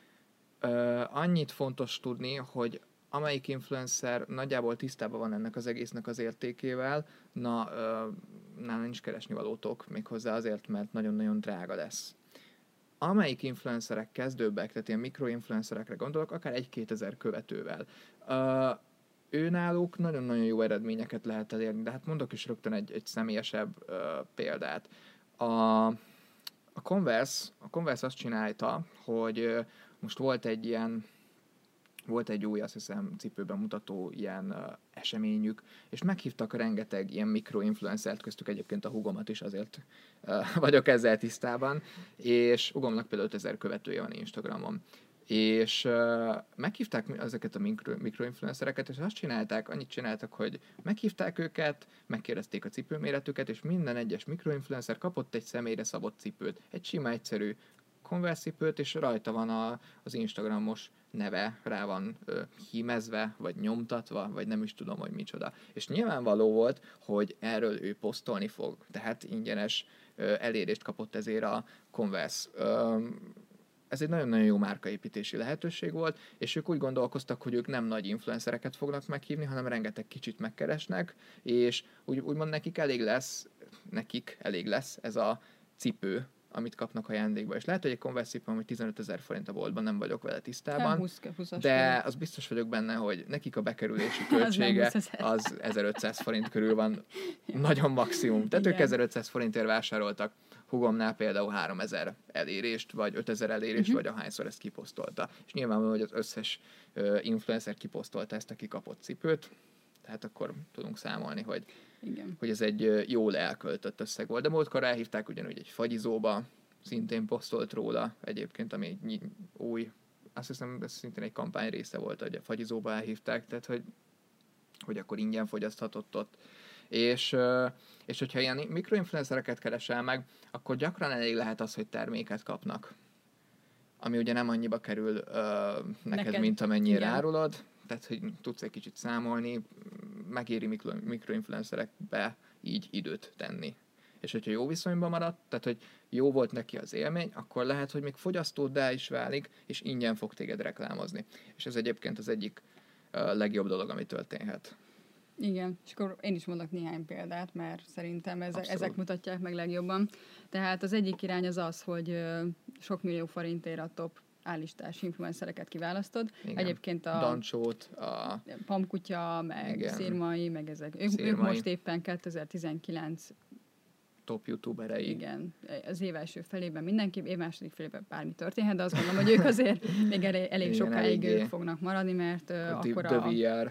Uh, annyit fontos tudni, hogy amelyik influencer nagyjából tisztában van ennek az egésznek az értékével, na, uh, nála nincs keresnivalótok, méghozzá azért, mert nagyon-nagyon drága lesz. Amelyik influencerek kezdőbbek, tehát ilyen mikroinfluencerekre gondolok, akár egy-kétezer követővel, uh, őnáluk nagyon-nagyon jó eredményeket lehet elérni, de hát mondok is rögtön egy, egy személyesebb uh, példát. A, a Converse, a Converse azt csinálta, hogy uh, most volt egy ilyen Volt egy új, azt hiszem, cipőben mutató ilyen uh, eseményük, és meghívtak rengeteg ilyen mikroinfluencert, köztük egyébként a húgomat is, azért uh, vagyok ezzel tisztában, és húgomnak például ötezer követője van Instagramon. És uh, meghívták ezeket a mikro, mikroinfluencereket, és azt csinálták, annyit csináltak, hogy meghívták őket, megkérdezték a cipőméretüket, és minden egyes mikroinfluencer kapott egy személyre szabott cipőt. Egy sima, egyszerű Converse cipőt, és rajta van a, az Instagramos neve, rá van ö, hímezve, vagy nyomtatva, vagy nem is tudom, hogy micsoda. És nyilvánvaló volt, hogy erről ő posztolni fog, tehát ingyenes ö, elérést kapott ezért a Converse. Ö, ez egy nagyon-nagyon jó márkaépítési lehetőség volt, és ők úgy gondolkoztak, hogy ők nem nagy influencereket fognak meghívni, hanem rengeteg kicsit megkeresnek, és úgy, úgymond nekik elég lesz, nekik elég lesz ez a cipő, amit kapnak ajándékba. És lehet, hogy egy Converse cipő, hogy tizenötezer forint a boltban, nem vagyok vele tisztában, húsz, húszas de az biztos vagyok benne, hogy nekik a bekerülési költsége az ezerötszáz forint körül van, nagyon maximum. Tehát igen. Ők ezerötszáz forintért vásároltak hugomnál például háromezer elérést, vagy ötezer elérést, uh-huh. vagy ahányszor ezt kiposztolta. És nyilvánvalóan, hogy az összes uh, influencer kiposztolta ezt a kikapott cipőt, tehát akkor tudunk számolni, hogy, igen. hogy ez egy jól elköltött összeg volt. De múltkor elhívták ugyanúgy egy fagyizóba, szintén posztolt róla egyébként, ami egy új, azt hiszem, ez szintén egy kampány része volt, hogy a fagyizóba elhívták, tehát hogy, hogy akkor ingyen fogyaszthatott ott. És, és hogyha ilyen mikroinfluencereket keresel meg, akkor gyakran elég lehet az, hogy terméket kapnak, ami ugye nem annyiba kerül uh, neked, neked, mint amennyire igen. árulod, tehát hogy tudsz egy kicsit számolni, megéri mikro, mikroinfluencerekbe így időt tenni. És hogyha jó viszonyban maradt, tehát hogy jó volt neki az élmény, akkor lehet, hogy még fogyasztóddá is válik, és ingyen fog téged reklámozni. És ez egyébként az egyik uh, legjobb dolog, ami történhet. Igen, és akkor én is mondok néhány példát, mert szerintem ezek, ezek mutatják meg legjobban. Tehát az egyik irány az az, hogy sok millió forintért a top állistás influencereket kiválasztod. Igen. Egyébként a Dancsót, a Pamkutya, meg igen. Szirmai, meg ezek. Ők, Szirmai. ők most éppen kétezer-tizenkilenc top youtuberei. Igen, az év első felében mindenképp, év második felében bármi történhet, de azt gondolom, hogy ők azért még elég, elég igen, sokáig eléggé. Fognak maradni, mert a akkor a...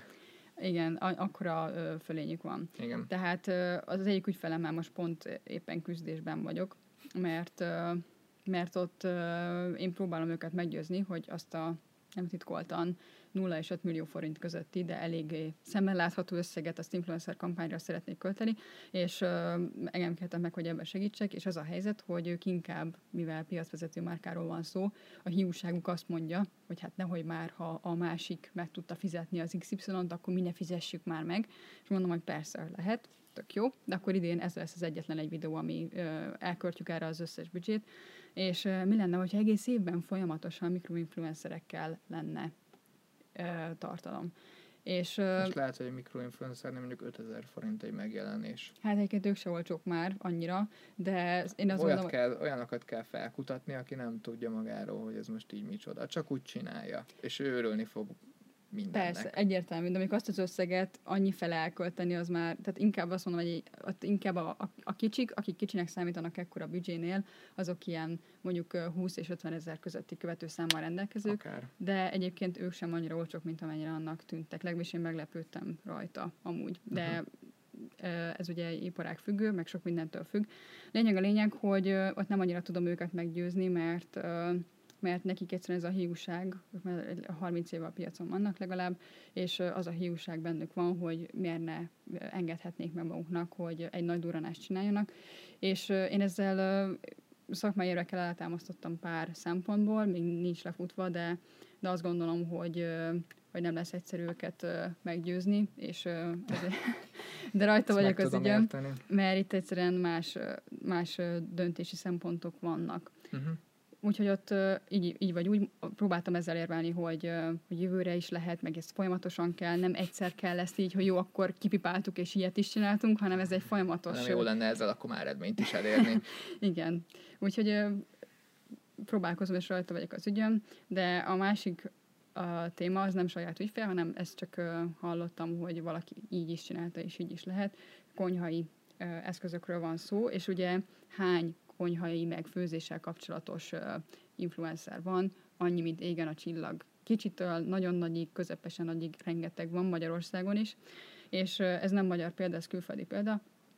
Igen, akkora ö, fölényük van. Igen. Tehát ö, az egyik ügyfelemmel most pont éppen küzdésben vagyok, mert, ö, mert ott ö, én próbálom őket meggyőzni, hogy azt a nem titkoltan nulla és öt millió forint közötti, de eléggé szemmel látható összeget azt influencer kampányra szeretnék költeni, és uh, engem kértem meg, hogy ebben segítsek, és az a helyzet, hogy ők inkább, mivel piacvezető márkáról van szó, a hiúságuk azt mondja, hogy hát nehogy már, ha a másik meg tudta fizetni az iksz ipszilont, akkor mi ne fizessük már meg. És mondom, hogy persze lehet, tök jó, de akkor idén ez lesz az egyetlen egy videó, ami uh, elköltjük erre az összes büdzsét, és uh, mi lenne, hogyha egész évben folyamatosan mikroinfluencerekkel lenne uh, tartalom. És, uh, és lehet, hogy a mikroinfluencer nem mondjuk ötezer forint egy megjelenés. Hát egyébként ők se olcsók már annyira, de én azt Olyat mondom, kell, olyanokat kell felkutatni, aki nem tudja magáról, hogy ez most így micsoda. Csak úgy csinálja, és ő örülni fog mindennek. Persze, egyértelmű, de amikor azt az összeget annyi fele elkölteni, az már, tehát inkább azt mondom, hogy inkább a, a, a kicsik, akik kicsinek számítanak ekkora büdzsénél, azok ilyen mondjuk húsz és ötven ezer közötti követőszámmal rendelkezők, akár. De egyébként ők sem annyira olcsók, mint amennyire annak tűntek. Legalábbis én meglepődtem rajta amúgy, de uh-huh. ez ugye iparág függő, meg sok mindentől függ. Lényeg a lényeg, hogy ott nem annyira tudom őket meggyőzni, mert mert nekik egyszerűen ez a hiúság, mert harminc éve a piacon vannak legalább, és az a hiúság bennük van, hogy miért ne engedhetnék meg maguknak, hogy egy nagy durranást csináljanak. És én ezzel szakmai érvekkel eltámasztottam pár szempontból, még nincs lefutva, de, de azt gondolom, hogy, hogy nem lesz egyszerű őket meggyőzni, és ezért, de rajta vagyok az ügyem, mert itt egyszerűen más, más döntési szempontok vannak. Uh-huh. Úgyhogy ott uh, így, így vagy úgy próbáltam ezzel érvelni, hogy, uh, hogy jövőre is lehet, meg ezt folyamatosan kell, nem egyszer kell ezt így, hogy jó, akkor kipipáltuk és ilyet is csináltunk, hanem ez egy folyamatos... Nem jó lenne ezzel akkor már eredményt is elérni. Igen. Úgyhogy uh, próbálkozom, és rajta vagyok az ügyön, de a másik a téma az nem saját ügyfél, hanem ezt csak uh, hallottam, hogy valaki így is csinálta, és így is lehet. Konyhai uh, eszközökről van szó, és ugye hány konyhai meg főzéssel kapcsolatos uh, influencer van, annyi, mint égen a csillag. Kicsitől nagyon nagyig, közepesen nagyig rengeteg van Magyarországon is, és uh, ez nem magyar példa, ez külföldi példa.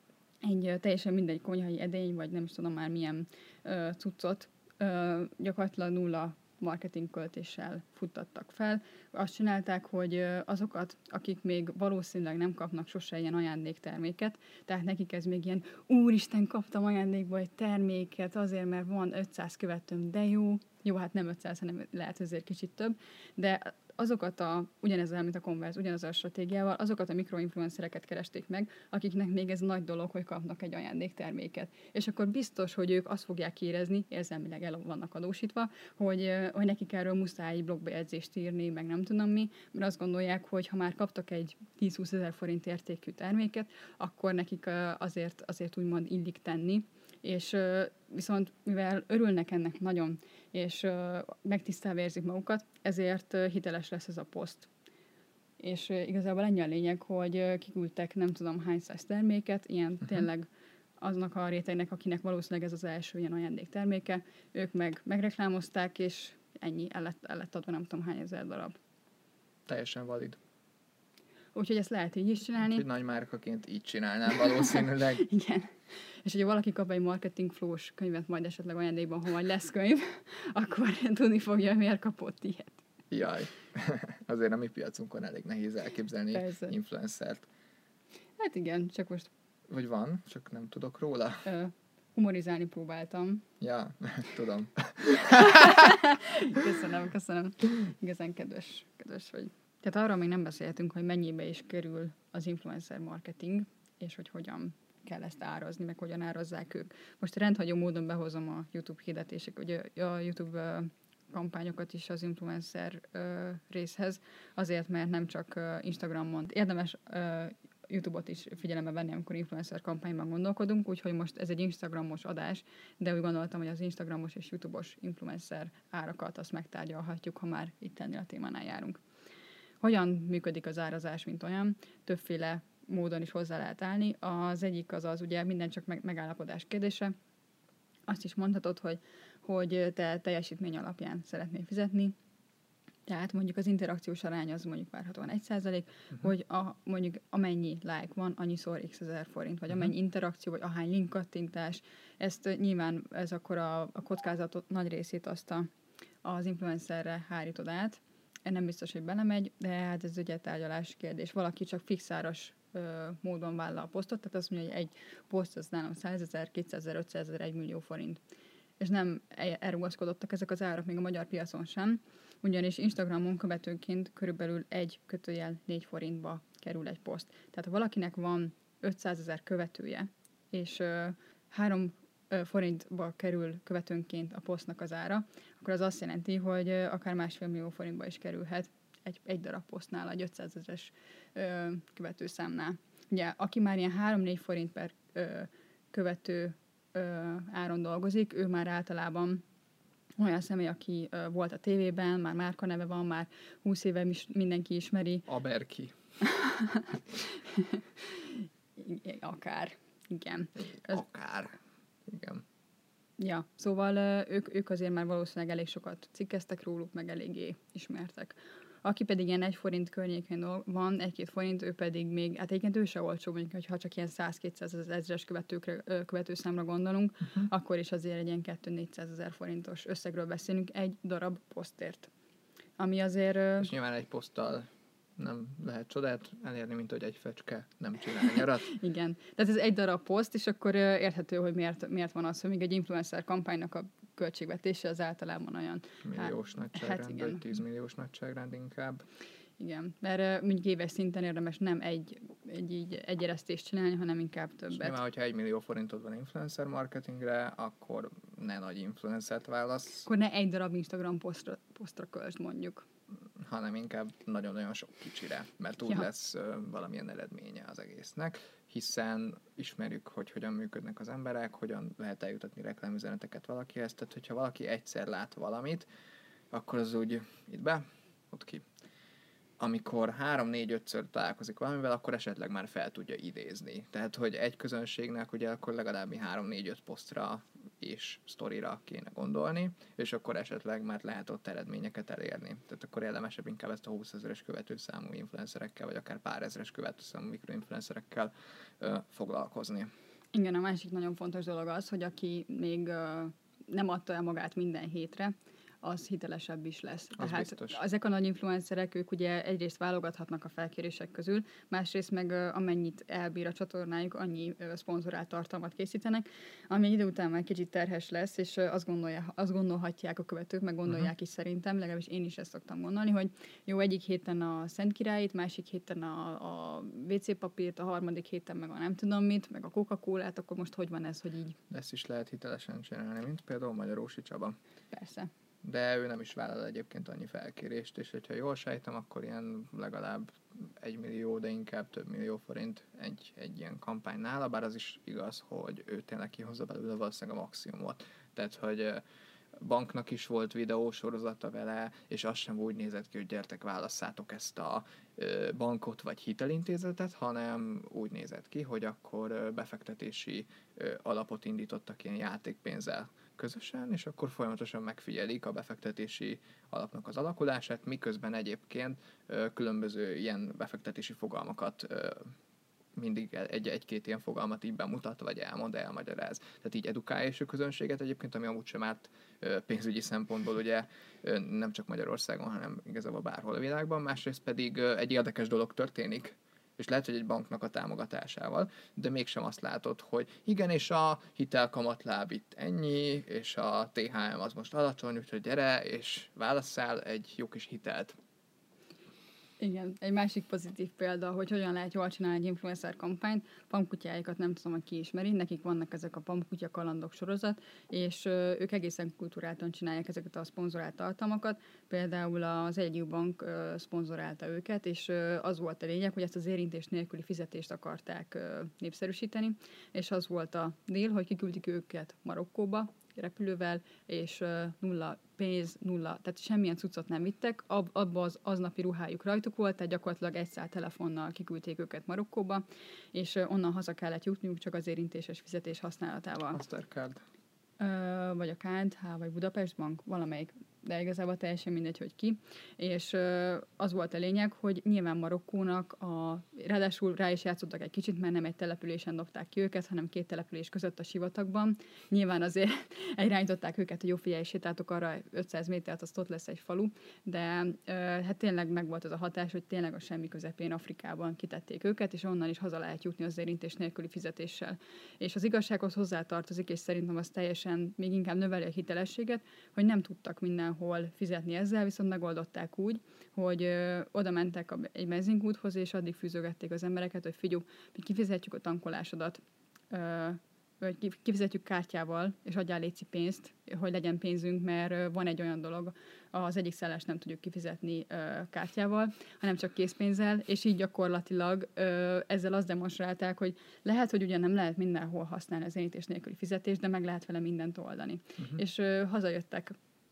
Egy uh, teljesen mindegy konyhai edény, vagy nem is tudom már milyen uh, cuccot, uh, gyakorlatilag nulla marketingköltéssel futtattak fel. Azt csinálták, hogy azokat, akik még valószínűleg nem kapnak sose ilyen ajándékterméket, tehát nekik ez még ilyen, úristen, kaptam ajándékba egy terméket azért, mert van ötszáz követőm, de jó. Jó, hát nem ötszáz, hanem lehet ezért kicsit több, de azokat a, ugyanezzel, mint a Converse, ugyanaz a stratégiával, azokat a mikroinfluencereket keresték meg, akiknek még ez nagy dolog, hogy kapnak egy ajándékterméket. És akkor biztos, hogy ők azt fogják érezni, érzelmileg el vannak adósítva, hogy, hogy nekik erről muszáj blogbejegyzést írni, meg nem tudom mi, mert azt gondolják, hogy ha már kaptak egy tíz-húsz ezer forint értékű terméket, akkor nekik azért, azért úgymond illik tenni, és viszont mivel örülnek ennek nagyon, és megtisztelve érzik magukat, ezért hiteles lesz ez a poszt. És igazából ennyi a lényeg, hogy kiküldtek nem tudom hány száz terméket, ilyen uh-huh. tényleg aznak a rétegnek, akinek valószínűleg ez az első ilyen ajándékterméke, ők meg megreklámozták, és ennyi, el lett, el lett adva nem tudom hány ezer darab. Teljesen valid. Úgyhogy ezt lehet így is csinálni. Úgyhogy nagy márkaként így csinálnám valószínűleg. Igen. És hogyha valaki kap egy marketing flows könyvet majd esetleg ajándékban, ha majd lesz könyv, akkor tudni fogja, miért kapott ilyet. Jaj. Azért a mi piacunkon elég nehéz elképzelni Persze. influencert. Hát igen, csak most... Vagy van, csak nem tudok róla. Ö, humorizálni próbáltam. Ja, tudom. Köszönöm, köszönöm. Igazán kedves, kedves vagy. Tehát arról még nem beszélhetünk, hogy mennyibe is kerül az influencer marketing, és hogy hogyan kell ezt árazni, meg hogyan árazzák ők. Most rendhagyó módon behozom a YouTube hirdetések, ugye a YouTube kampányokat is az influencer részhez, azért, mert nem csak Instagramon. Érdemes YouTube-ot is figyelembe venni, amikor influencer kampányban gondolkodunk, úgyhogy most ez egy Instagramos adás, de úgy gondoltam, hogy az Instagramos és YouTube-os influencer árakat azt megtárgyalhatjuk, ha már itt ennél a témánál járunk. Hogyan működik az árazás, mint olyan? Többféle módon is hozzá lehet állni. Az egyik az az, ugye minden csak meg, megállapodás kérdése. Azt is mondhatod, hogy, hogy te teljesítmény alapján szeretnél fizetni. Tehát mondjuk az interakciós arány az mondjuk várhatóan egy százalék, uh-huh. hogy a, mondjuk amennyi like van, annyiszor x ezer forint, vagy uh-huh. amennyi interakció, vagy ahány link kattintás. Ezt nyilván ez akkor a, a kockázatot nagy részét azt a, az influencerre hárítod át. Nem biztos, hogy belemegy, de hát ez ugye tárgyalás kérdés. Valaki csak fixáros ö, módon vállal a posztot, tehát azt mondja, hogy egy poszt az nálam százezer, kétszázezer, ötszázezer, egy millió forint. És nem elrugaszkodottak ezek az árak még a magyar piacon sem, ugyanis Instagramon követőnként körülbelül egy kötőjel négy forintba kerül egy poszt. Tehát ha valakinek van ötszázezer követője, és ö, három forintba kerül követőnként a posztnak az ára, akkor az azt jelenti, hogy akár másfél millió forintba is kerülhet egy, egy darab posztnál, egy ötszázezres ö, követőszámnál. Ugye, aki már ilyen három-négy forint per ö, követő ö, áron dolgozik, ő már általában olyan személy, aki ö, volt a tévében, már márkaneve van, már húsz éve is mindenki ismeri. Aberki. Akár. Igen. Akár. Igen. Ja, szóval ők, ők azért már valószínűleg elég sokat cikkeztek róluk, meg eléggé ismertek. Aki pedig ilyen egy forint környékén van, egy-két forint, ő pedig még, hát egyébként ő se olcsó, mondjuk, ha csak ilyen száz-kétszáz ezres követőkre, követőszámra gondolunk, uh-huh. akkor is azért egy ilyen kettő-négyszáz ezer forintos összegről beszélünk egy darab posztért. Ami azért... És nyilván egy poszttal nem lehet csodát elérni, mint hogy egy fecske nem csinál nyarat. Igen. Tehát ez egy darab poszt, és akkor érthető, hogy miért, miért van az, hogy még egy influencer kampánynak a költségvetése az általában olyan... Milliós hát, nagyságrend, hát vagy tízmilliós nagyságrend inkább. Igen, mert mondjuk éves szinten érdemes nem egy, egy, így, egy eresztést csinálni, hanem inkább többet. És nyilván, hogyha egy millió forintod van influencer marketingre, akkor ne nagy influencert válasz. Akkor ne egy darab Instagram posztra, posztra költsd mondjuk. Hanem inkább nagyon-nagyon sok kicsire, mert úgy ja. lesz uh, valamilyen eredménye az egésznek, hiszen ismerjük, hogy hogyan működnek az emberek, hogyan lehet eljutatni reklámüzeneteket valakihez, tehát hogyha valaki egyszer lát valamit, akkor az úgy itt be, ott ki. Amikor három-négy-ötször találkozik valamivel, akkor esetleg már fel tudja idézni. Tehát, hogy egy közönségnek ugye akkor legalább három-négy-öt posztra és sztorira kéne gondolni, és akkor esetleg már lehet ott eredményeket elérni. Tehát akkor érdemesebb inkább ezt a húszezeres követőszámú influencerekkel, vagy akár pár ezeres követőszámú mikroinfluencerekkel ö, foglalkozni. Igen, a másik nagyon fontos dolog az, hogy aki még ö, nem adta el magát minden hétre, az hitelesebb is lesz. Az Tehát biztos. ezek a nagy influencerek, ők ugye egyrészt válogathatnak a felkérések közül, másrészt meg amennyit elbír a csatornájuk, annyi szponzorált tartalmat készítenek, ami idő után már kicsit terhes lesz, és azt, gondolja, azt gondolhatják a követők, meg gondolják uh-huh. is szerintem, legalábbis én is ezt szoktam gondolni, hogy jó, egyik héten a Szent Királyt, másik héten a, a vé cé papírt, a harmadik héten meg a nem tudom mit, meg a Coca-Colát, akkor most hogy van ez, hogy így? Ezt is lehet hitelesen csinálni, mint például Magyarósi Csaba. Persze. De ő nem is vállal egyébként annyi felkérést, és hogyha jól sejtem, akkor ilyen legalább egy millió, de inkább több millió forint egy, egy ilyen kampány nála, bár az is igaz, hogy ő tényleg kihozza belőle valószínűleg a maximumot. Tehát, hogy banknak is volt videósorozata vele, és az sem úgy nézett ki, hogy gyertek, válasszátok ezt a bankot vagy hitelintézetet, hanem úgy nézett ki, hogy akkor befektetési alapot indítottak ilyen játékpénzzel közösen, és akkor folyamatosan megfigyelik a befektetési alapnak az alakulását, miközben egyébként különböző ilyen befektetési fogalmakat mindig egy, egy-két ilyen fogalmat így bemutat, vagy elmond, elmagyaráz. Tehát így edukálja is a közönséget egyébként, ami amúgy sem árt pénzügyi szempontból, ugye nem csak Magyarországon, hanem igazából bárhol a világban. Másrészt pedig egy érdekes dolog történik, és lehet, hogy egy banknak a támogatásával, de mégsem azt látod, hogy igen, és a hitelkamatláb itt ennyi, és a té há em az most alacsony, úgyhogy gyere, és válasszál egy jó kis hitelt. Igen, egy másik pozitív példa, hogy hogyan lehet jól csinálni egy influencer kampányt. Pamkutyáikat nem tudom, hogy ki ismeri, nekik vannak ezek a Pamkutya kalandok sorozat, és ö, ők egészen kulturáltan csinálják ezeket a szponzorált tartalmakat. Például az egyik bank ö, szponzorálta őket, és ö, az volt a lényeg, hogy ezt az érintés nélküli fizetést akarták ö, népszerűsíteni, és az volt a deal, hogy kiküldik őket Marokkóba, repülővel, és uh, nulla pénz, nulla, tehát semmilyen cuccot nem vittek, Ab, abban az aznapi ruhájuk rajtuk volt, tehát gyakorlatilag egy szál telefonnal kiküldték őket Marokkóba, és uh, onnan haza kellett jutniuk csak az érintéses fizetés használatával. Mastercard. Uh, vagy a ká en há, vagy Budapest Bank, valamelyik, de igazából teljesen mindegy, hogy ki. És uh, az volt a lényeg, hogy nyilván Marokkónak, a, ráadásul rá is játszottak egy kicsit, mert nem egy településen dobták ki őket, hanem két település között a sivatagban. Nyilván azért irányították őket, hogy jó, figyelj, sétáltok arra ötszáz métert, azt ott lesz egy falu, de uh, hát tényleg megvolt az a hatás, hogy tényleg a semmi közepén Afrikában kitették őket, és onnan is haza lehet jutni az érintés nélküli fizetéssel. És az igazsághoz hozzátartozik, és szerintem az teljesen még inkább növeli a hitelességet, hogy nem tudtak mindenhol fizetni ezzel, viszont megoldották úgy, hogy ö, oda mentek a, egy benzinkúthoz, és addig fűzögették az embereket, hogy figyelj, mi kifizetjük a tankolásodat, ö, vagy kifizetjük kártyával, és adjál léci pénzt, hogy legyen pénzünk, mert van egy olyan dolog, az egyik szállást nem tudjuk kifizetni ö, kártyával, hanem csak készpénzzel, és így gyakorlatilag ö, ezzel azt demonstrálták, hogy lehet, hogy ugye nem lehet mindenhol használni az érintés nélküli fizetést, de meg lehet vele mindent oldani. Uh-huh. És ö, hazajöttek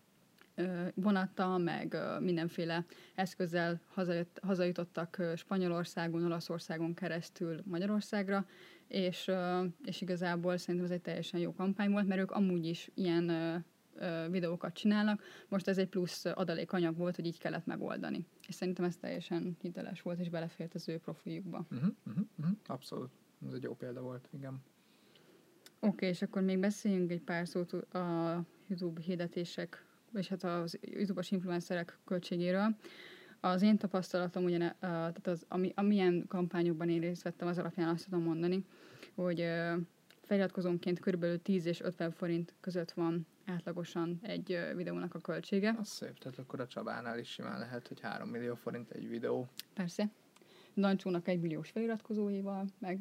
ö, vonattal, meg ö, mindenféle eszközzel hazajött, hazajutottak ö, Spanyolországon, Olaszországon keresztül Magyarországra, és, ö, és igazából szerintem ez egy teljesen jó kampány volt, mert ők amúgy is ilyen ö, ö, videókat csinálnak, most ez egy plusz adalékanyag volt, hogy így kellett megoldani. És szerintem ez teljesen hiteles volt, és belefért az ő profiljukba. Uh-huh, uh-huh, uh-huh. Abszolút. Ez egy jó példa volt, igen. Oké, okay, és akkor még beszéljünk egy pár szót a YouTube hirdetések, és hát az YouTube-os influencerek költségéről. Az én tapasztalatom, ugyan, uh, tehát az, ami, amilyen kampányokban én részt vettem, az alapján azt tudom mondani, hogy uh, feliratkozónként kb. tíz és ötven forint között van átlagosan egy uh, videónak a költsége. Az szép, tehát akkor a Csabánál is simán lehet, hogy három millió forint egy videó. Persze. Dancsónak egy milliós feliratkozóival, meg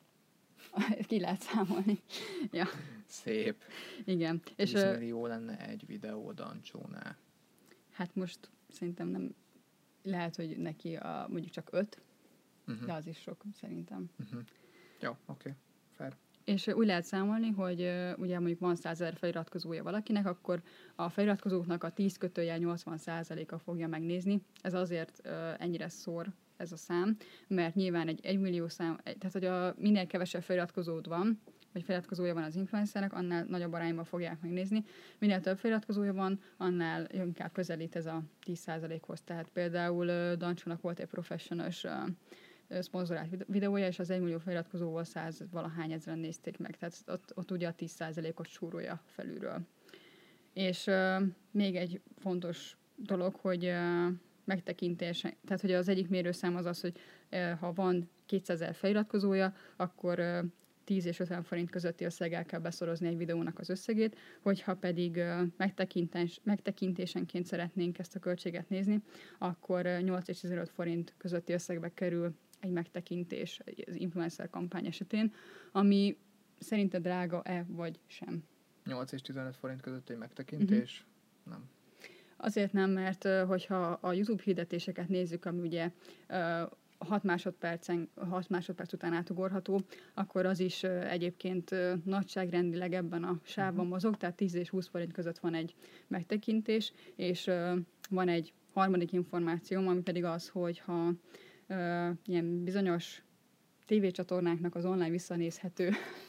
ki lehet számolni. Ja. Szép. Igen. tíz millió lenne egy videó Dancsónál. Hát most szerintem nem, lehet, hogy neki a, mondjuk csak öt, uh-huh. de az is sok szerintem. Uh-huh. Jó, oké, okay. Fair. És úgy lehet számolni, hogy uh, ugye mondjuk van százezer feliratkozója valakinek, akkor a feliratkozóknak a tíz kötőjel nyolcvan százaléka fogja megnézni. Ez azért uh, ennyire szór ez a szám, mert nyilván egy egymillió szám, tehát hogy a minél kevesebb feliratkozód van, vagy feliratkozója van az influencernek, annál nagyobb arányban fogják megnézni. Minél több feliratkozója van, annál inkább közelít ez a tíz százalékhoz. Tehát például uh, Dancsónak volt egy professionális uh, szponzorált videója, és az egymillió feliratkozóval száz valahány ezeren nézték meg. Tehát ott, ott ugye a tíz százalékos súrója felülről. És uh, még egy fontos dolog, hogy uh, megtekintés, tehát hogy az egyik mérőszám az az, hogy uh, ha van kétszázezer feliratkozója, akkor uh, tíz és ötven forint közötti összeggel kell beszorozni egy videónak az összegét, hogyha pedig uh, megtekintés, megtekintésenként szeretnénk ezt a költséget nézni, akkor uh, nyolc és tizenöt forint közötti összegbe kerül egy megtekintés az influencer kampány esetén, ami szerinted drága-e, vagy sem? nyolc és tizenöt forint között egy megtekintés? Uh-huh. Nem. Azért nem, mert hogyha a YouTube hirdetéseket nézzük, ami ugye hat másodpercen, hat másodperc után átugorható, akkor az is egyébként nagyságrendileg ebben a sávban uh-huh. mozog, tehát tíz és húsz forint között van egy megtekintés, és van egy harmadik információm, ami pedig az, hogy ha ilyen bizonyos tévécsatornáknak az online visszanézhető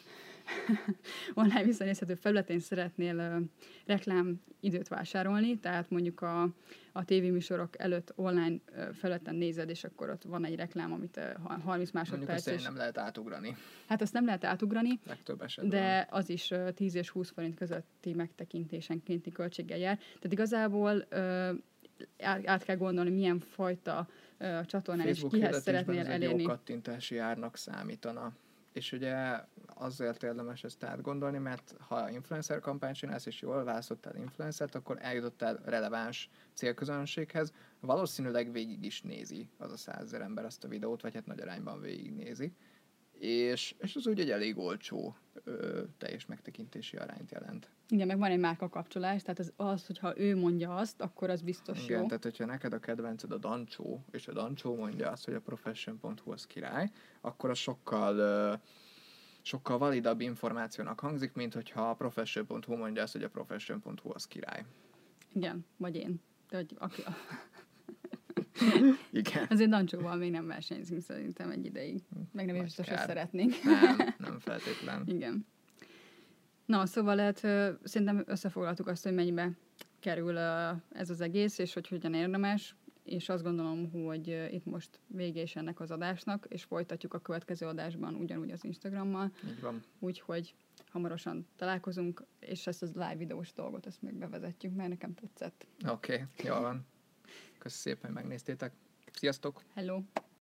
online visszanézhető felületén szeretnél uh, reklám időt vásárolni, tehát mondjuk a, a tévéműsorok előtt online uh, felületen nézed, és akkor ott van egy reklám, amit uh, harminc másodperc. Mondjuk nem lehet átugrani. Hát azt nem lehet átugrani, legtöbb esetben. De az is uh, tíz és húsz forint közötti megtekintésenkénti költséggel jár. Tehát igazából uh, át kell gondolni, milyen fajta uh, csatornán és kihez szeretnél elérni. Facebook jó kattintási árnak számítana. És ugye azért érdemes ezt átgondolni, mert ha influencer kampányt csinálsz, és jól választottál influencert, akkor eljutottál releváns célközönséghez. Valószínűleg végig is nézi az a százezer ember azt a videót, vagy hát nagy arányban végignézi. És, és az úgy egy elég olcsó ö, teljes megtekintési arányt jelent. Igen, meg van egy márka kapcsolás, tehát az, az, hogyha ő mondja azt, akkor az biztos Igen, jó. tehát hogyha neked a kedvenced a Dancsó, és a Dancsó mondja azt, hogy a profession pont hu az király, akkor az sokkal, ö, sokkal validabb információnak hangzik, mint hogyha a profession pont hu mondja azt, hogy a profession pont hu az király. Igen, vagy én. De, hogy aki a... Igen. Azért Dancsóval még nem versenyzünk szerintem egy ideig. Meg nem is biztos, hogy szeretnénk. Nem, nem feltétlen. Igen. Na, szóval lehet, szerintem összefoglaltuk azt, hogy mennyibe kerül ez az egész, és hogy hogyan érdemes, és azt gondolom, hogy itt most vége is ennek az adásnak, és folytatjuk a következő adásban ugyanúgy az Instagrammal. Így van. Úgyhogy hamarosan találkozunk, és ezt az live videós dolgot, ezt még bevezetjük, mert nekem tetszett. Oké, okay, jól van. Köszönöm szépen, hogy megnéztétek. Sziasztok! Hello!